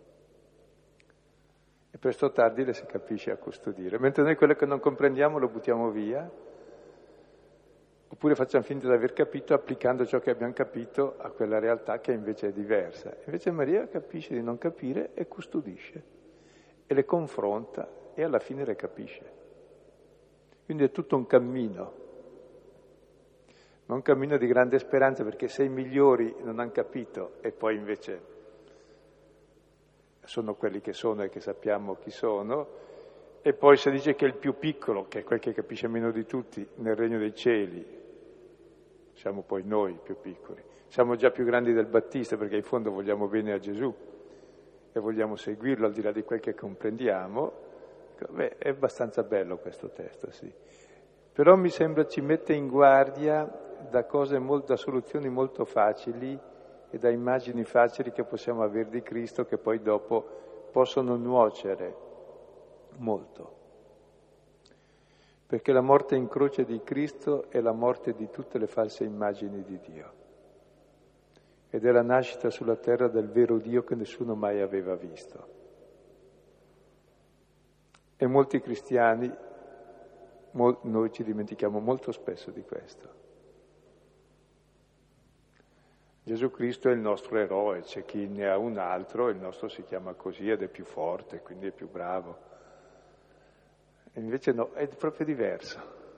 E presto o tardi le si capisce a custodire. Mentre noi quello che non comprendiamo lo buttiamo via, oppure facciamo finta di aver capito applicando ciò che abbiamo capito a quella realtà che invece è diversa. Invece Maria capisce di non capire e custodisce. E le confronta e alla fine le capisce. Quindi è tutto un cammino, ma un cammino di grande speranza, perché se i migliori non hanno capito e poi invece sono quelli che sono e che sappiamo chi sono, e poi se dice che il più piccolo, che è quel che capisce meno di tutti, nel regno dei cieli, siamo poi noi più piccoli, siamo già più grandi del Battista, perché in fondo vogliamo bene a Gesù e vogliamo seguirlo al di là di quel che comprendiamo. Beh, è abbastanza bello questo testo, sì. Però mi sembra ci mette in guardia da da soluzioni molto facili e da immagini facili che possiamo avere di Cristo, che poi dopo possono nuocere molto. Perché la morte in croce di Cristo è la morte di tutte le false immagini di Dio. Ed è la nascita sulla terra del vero Dio che nessuno mai aveva visto. E molti cristiani, noi ci dimentichiamo molto spesso di questo. Gesù Cristo è il nostro eroe, c'è chi ne ha un altro, il nostro si chiama così ed è più forte, quindi è più bravo. E invece no, è proprio diverso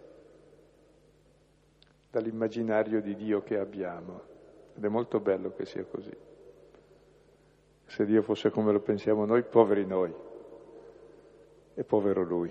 dall'immaginario di Dio che abbiamo. Ed è molto bello che sia così. Se Dio fosse come lo pensiamo noi, poveri noi, e povero Lui.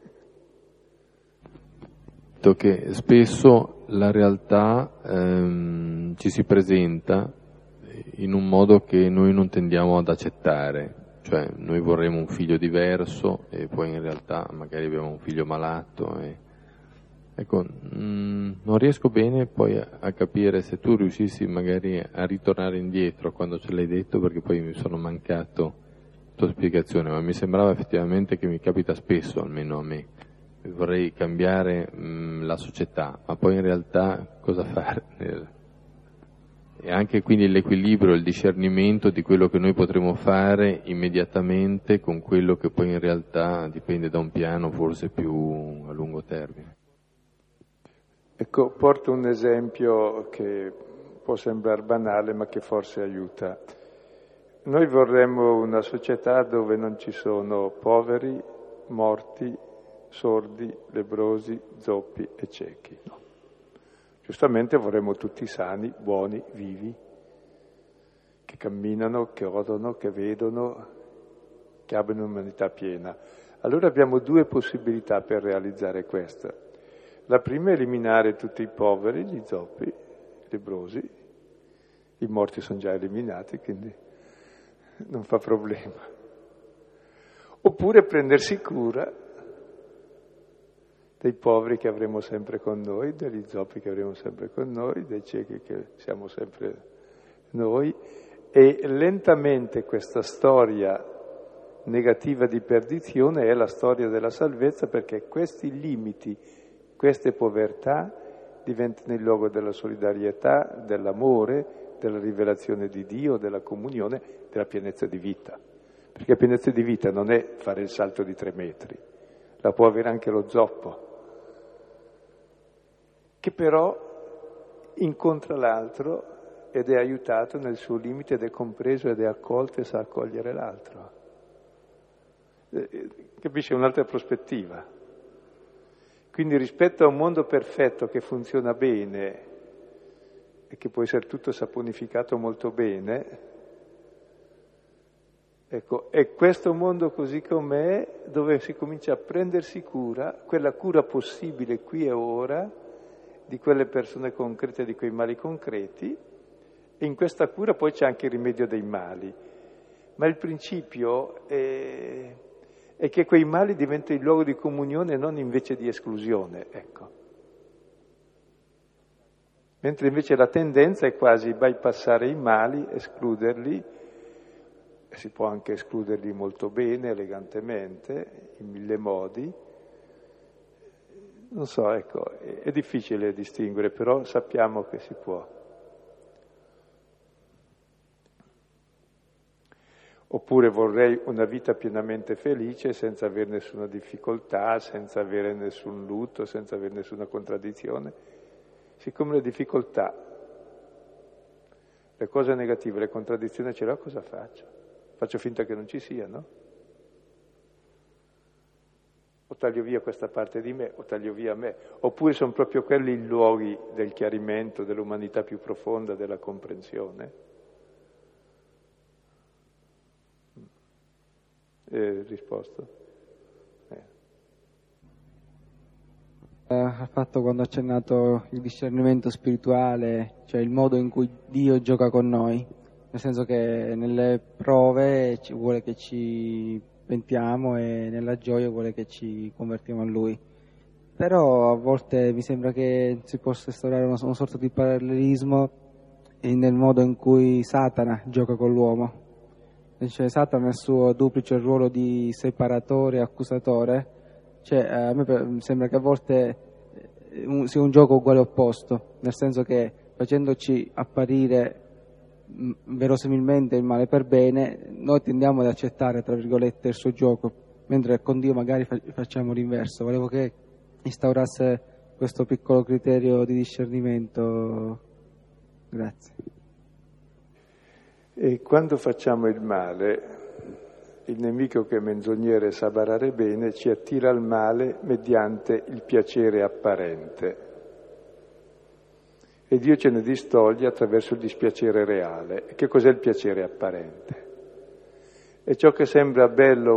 Che spesso la realtà ci si presenta in un modo che noi non tendiamo ad accettare, cioè noi vorremmo un figlio diverso e poi in realtà magari abbiamo un figlio malato. Ecco, non riesco bene poi a capire se tu riuscissi magari a ritornare indietro quando ce l'hai detto, perché poi mi sono mancato la tua spiegazione, ma mi sembrava effettivamente che mi capita spesso, almeno a me. Vorrei cambiare la società, ma poi in realtà cosa fare? E anche quindi l'equilibrio, il discernimento di quello che noi potremo fare immediatamente con quello che poi in realtà dipende da un piano forse più a lungo termine. Ecco, porto un esempio che può sembrare banale, ma che forse aiuta. Noi vorremmo una società dove non ci sono poveri, morti, sordi, lebbrosi, zoppi e ciechi. No. Giustamente vorremmo tutti sani, buoni, vivi, che camminano, che odono, che vedono, che abbiano un'umanità piena. Allora abbiamo due possibilità per realizzare questo. La prima è eliminare tutti i poveri, gli zoppi, i lebbrosi. I morti sono già eliminati, quindi non fa problema. Oppure prendersi cura dei poveri che avremo sempre con noi, degli zoppi che avremo sempre con noi, dei ciechi che siamo sempre noi, e lentamente questa storia negativa di perdizione è la storia della salvezza, perché questi limiti, queste povertà diventano il luogo della solidarietà, dell'amore, della rivelazione di Dio, della comunione, della pienezza di vita. Perché la pienezza di vita non è fare il salto di 3 metri, la può avere anche lo zoppo, che però incontra l'altro ed è aiutato nel suo limite ed è compreso ed è accolto e sa accogliere l'altro. Capisce? Un'altra prospettiva. Quindi rispetto a un mondo perfetto che funziona bene e che può essere tutto saponificato molto bene, ecco, è questo mondo così com'è dove si comincia a prendersi cura, quella cura possibile qui e ora, di quelle persone concrete, di quei mali concreti, e in questa cura poi c'è anche il rimedio dei mali. Ma il principio è che quei mali diventano il luogo di comunione e non invece di esclusione, ecco. Mentre invece la tendenza è quasi bypassare i mali, escluderli, e si può anche escluderli molto bene, elegantemente, in 1000 modi. Non so, ecco, è difficile distinguere, però sappiamo che si può. Oppure vorrei una vita pienamente felice senza avere nessuna difficoltà, senza avere nessun lutto, senza avere nessuna contraddizione. Siccome le difficoltà, le cose negative, le contraddizioni ce l'ho, cosa faccio? Faccio finta che non ci siano? O taglio via questa parte di me, o taglio via me. Oppure sono proprio quelli i luoghi del chiarimento, dell'umanità più profonda, della comprensione? Risposto? Ha fatto quando ha accennato il discernimento spirituale, cioè il modo in cui Dio gioca con noi, nel senso che nelle prove vuole che ci pentiamo e nella gioia vuole che ci convertiamo a Lui. Però a volte mi sembra che si possa instaurare una sorta di parallelismo nel modo in cui Satana gioca con l'uomo. Cioè Satana ha il suo duplice ruolo di separatore e accusatore. Cioè, a me sembra che a volte sia un gioco uguale opposto, nel senso che facendoci apparire verosimilmente il male per bene, noi tendiamo ad accettare, tra virgolette, il suo gioco, mentre con Dio magari facciamo l'inverso. Volevo che instaurasse questo piccolo criterio di discernimento. Grazie. E quando facciamo il male, il nemico che è menzognero sa barare bene ci attira al male mediante il piacere apparente. E Dio ce ne distoglie attraverso il dispiacere reale. E che cos'è il piacere apparente? È ciò che sembra bello,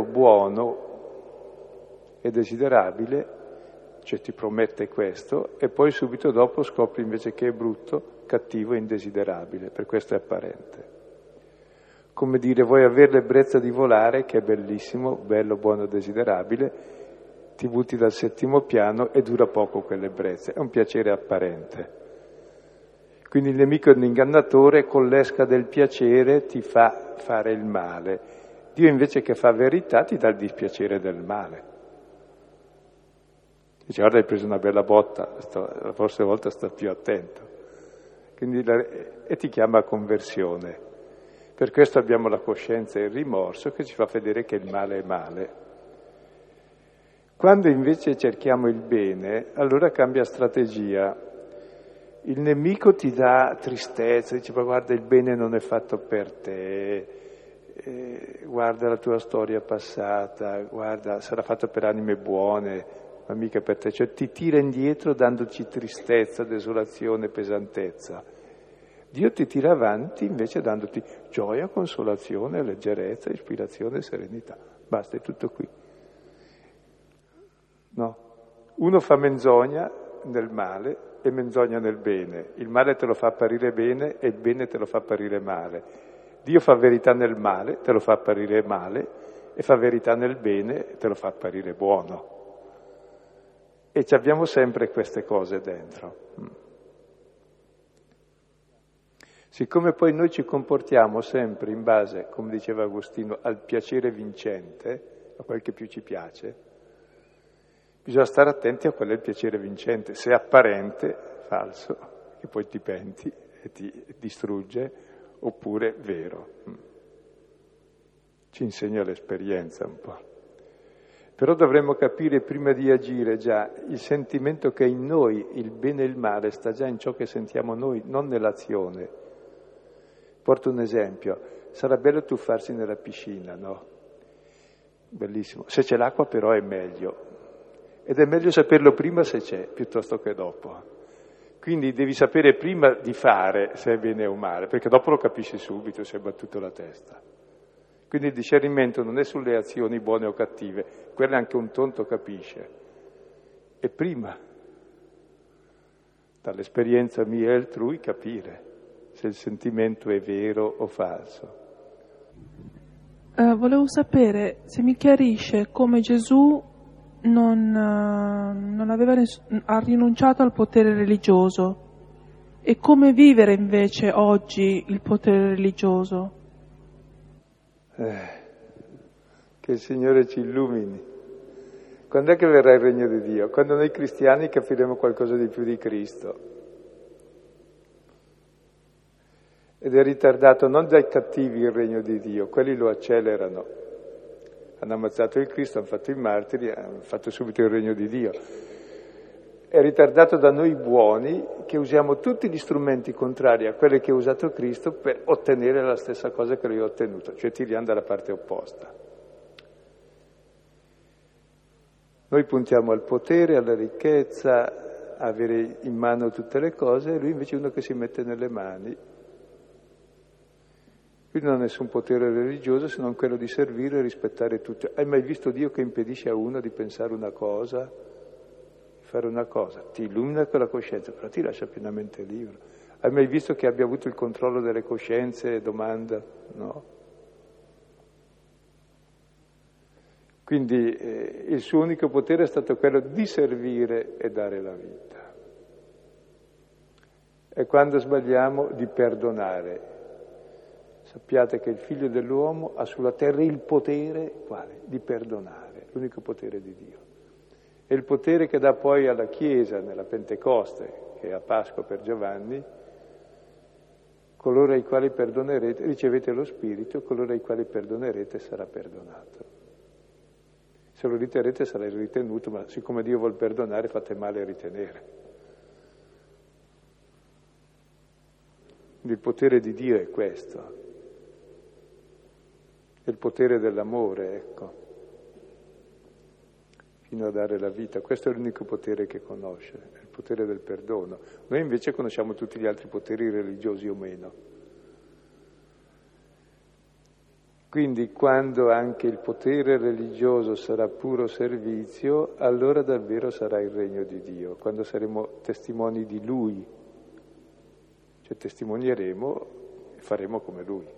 buono e desiderabile, cioè ti promette questo, e poi subito dopo scopri invece che è brutto, cattivo e indesiderabile. Per questo è apparente. Come dire, vuoi avere l'ebbrezza di volare, che è bellissimo, bello, buono, desiderabile, ti butti dal 7° piano e dura poco quell'ebbrezza, è un piacere apparente. Quindi il nemico è un ingannatore, con l'esca del piacere ti fa fare il male. Dio invece che fa verità ti dà il dispiacere del male. Dice, guarda, hai preso una bella botta, la prossima volta sta più attento. Quindi e ti chiama a conversione. Per questo abbiamo la coscienza e il rimorso che ci fa vedere che il male è male. Quando invece cerchiamo il bene, allora cambia strategia. Il nemico ti dà tristezza, dice, ma guarda, il bene non è fatto per te, guarda la tua storia passata, guarda, sarà fatto per anime buone, ma mica per te. Cioè ti tira indietro dandoci tristezza, desolazione, pesantezza. Dio ti tira avanti invece dandoti gioia, consolazione, leggerezza, ispirazione, serenità. Basta, è tutto qui. No? Uno fa menzogna nel male e menzogna nel bene. Il male te lo fa apparire bene e il bene te lo fa apparire male. Dio fa verità nel male, te lo fa apparire male, e fa verità nel bene, te lo fa apparire buono. E ci abbiamo sempre queste cose dentro. Siccome poi noi ci comportiamo sempre in base, come diceva Agostino, al piacere vincente, a quel che più ci piace, bisogna stare attenti a qual è il piacere vincente. Se è apparente, falso, che poi ti penti e ti distrugge, oppure vero. Ci insegna l'esperienza un po'. Però dovremmo capire prima di agire già il sentimento che in noi il bene e il male sta già in ciò che sentiamo noi, non nell'azione. Porto un esempio, sarà bello tuffarsi nella piscina, no? Bellissimo. Se c'è l'acqua però è meglio. Ed è meglio saperlo prima se c'è, piuttosto che dopo. Quindi devi sapere prima di fare se è bene o male, perché dopo lo capisci subito se hai battuto la testa. Quindi il discernimento non è sulle azioni buone o cattive, quello anche un tonto capisce. E prima, dall'esperienza mia e altrui, capire se il sentimento è vero o falso. Volevo sapere se mi chiarisce come Gesù ha rinunciato al potere religioso e come vivere invece oggi il potere religioso. Che il Signore ci illumini. Quando è che verrà il regno di Dio? Quando noi cristiani capiremo qualcosa di più di Cristo. Ed è ritardato non dai cattivi il regno di Dio, quelli lo accelerano. Hanno ammazzato il Cristo, hanno fatto i martiri, hanno fatto subito il regno di Dio. È ritardato da noi buoni che usiamo tutti gli strumenti contrari a quelli che ha usato Cristo per ottenere la stessa cosa che lui ha ottenuto, cioè tiriamo dalla parte opposta. Noi puntiamo al potere, alla ricchezza, a avere in mano tutte le cose, e lui invece è uno che si mette nelle mani. Lui non ha nessun potere religioso se non quello di servire e rispettare tutti. Hai mai visto Dio che impedisce a uno di pensare una cosa, di fare una cosa? Ti illumina con la coscienza, però ti lascia pienamente libero. Hai mai visto che abbia avuto il controllo delle coscienze e domanda? No. Quindi il suo unico potere è stato quello di servire e dare la vita. E quando sbagliamo, di perdonare. Sappiate che il Figlio dell'uomo ha sulla terra il potere, quale? Di perdonare, l'unico potere di Dio. E il potere che dà poi alla Chiesa nella Pentecoste, che è a Pasqua per Giovanni: coloro ai quali perdonerete, ricevete lo Spirito, coloro ai quali perdonerete sarà perdonato. Se lo riterrete sarà ritenuto, ma siccome Dio vuol perdonare fate male a ritenere. Quindi il potere di Dio è questo. È il potere dell'amore, ecco, fino a dare la vita. Questo è l'unico potere che conosce, è il potere del perdono. Noi invece conosciamo tutti gli altri poteri religiosi o meno. Quindi quando anche il potere religioso sarà puro servizio, allora davvero sarà il regno di Dio, quando saremo testimoni di Lui, cioè testimonieremo e faremo come Lui.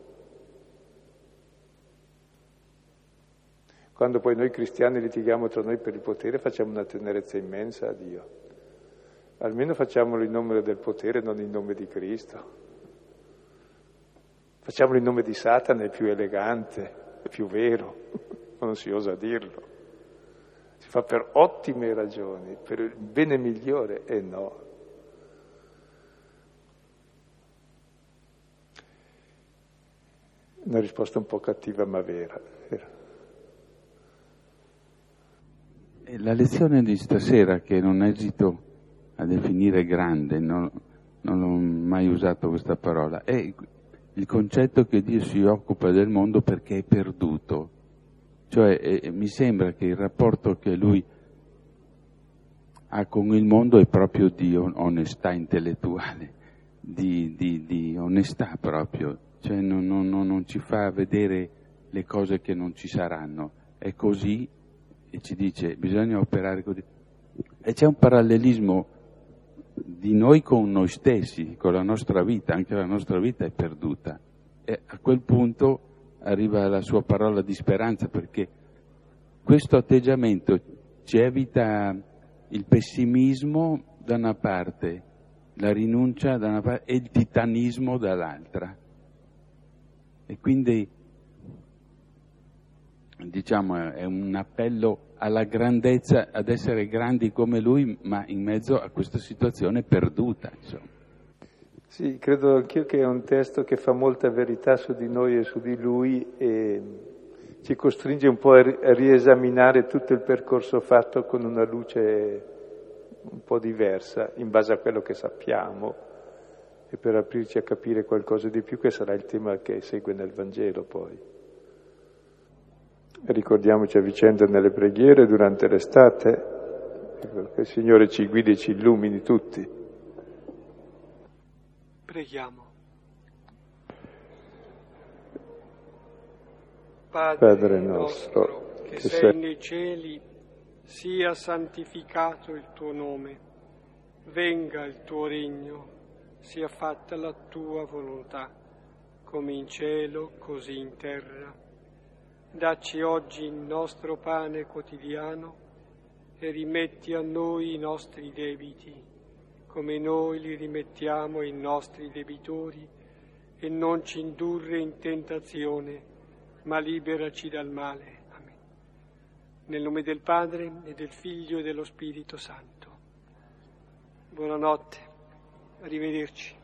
Quando poi noi cristiani litighiamo tra noi per il potere, facciamo una tenerezza immensa a Dio. Almeno facciamolo in nome del potere, non in nome di Cristo. Facciamolo in nome di Satana, è più elegante, è più vero, ma non si osa dirlo. Si fa per ottime ragioni, per il bene migliore, e no. Una risposta un po' cattiva ma vera. La lezione di stasera, che non esito a definire grande, non ho mai usato questa parola, è il concetto che Dio si occupa del mondo perché è perduto. Cioè mi sembra che il rapporto che Lui ha con il mondo è proprio di onestà intellettuale, di onestà proprio, cioè non ci fa vedere le cose che non ci saranno, è così. E ci dice, bisogna operare così. E c'è un parallelismo di noi con noi stessi, con la nostra vita, anche la nostra vita è perduta. E a quel punto arriva la sua parola di speranza, perché questo atteggiamento ci evita il pessimismo da una parte, la rinuncia da una parte e il titanismo dall'altra. E quindi diciamo è un appello alla grandezza, ad essere grandi come Lui, ma in mezzo a questa situazione perduta, insomma. Sì, credo anch'io che è un testo che fa molta verità su di noi e su di Lui e ci costringe un po' a riesaminare tutto il percorso fatto con una luce un po' diversa, in base a quello che sappiamo, e per aprirci a capire qualcosa di più, che sarà il tema che segue nel Vangelo poi. Ricordiamoci a vicenda nelle preghiere durante l'estate, che il Signore ci guidi e ci illumini tutti. Preghiamo. Padre nostro, che sei nei cieli, sia santificato il tuo nome, venga il tuo regno, sia fatta la tua volontà, come in cielo, così in terra. Dacci oggi il nostro pane quotidiano e rimetti a noi i nostri debiti, come noi li rimettiamo ai nostri debitori, e non ci indurre in tentazione, ma liberaci dal male. Amen. Nel nome del Padre e del Figlio e dello Spirito Santo. Buonanotte, arrivederci.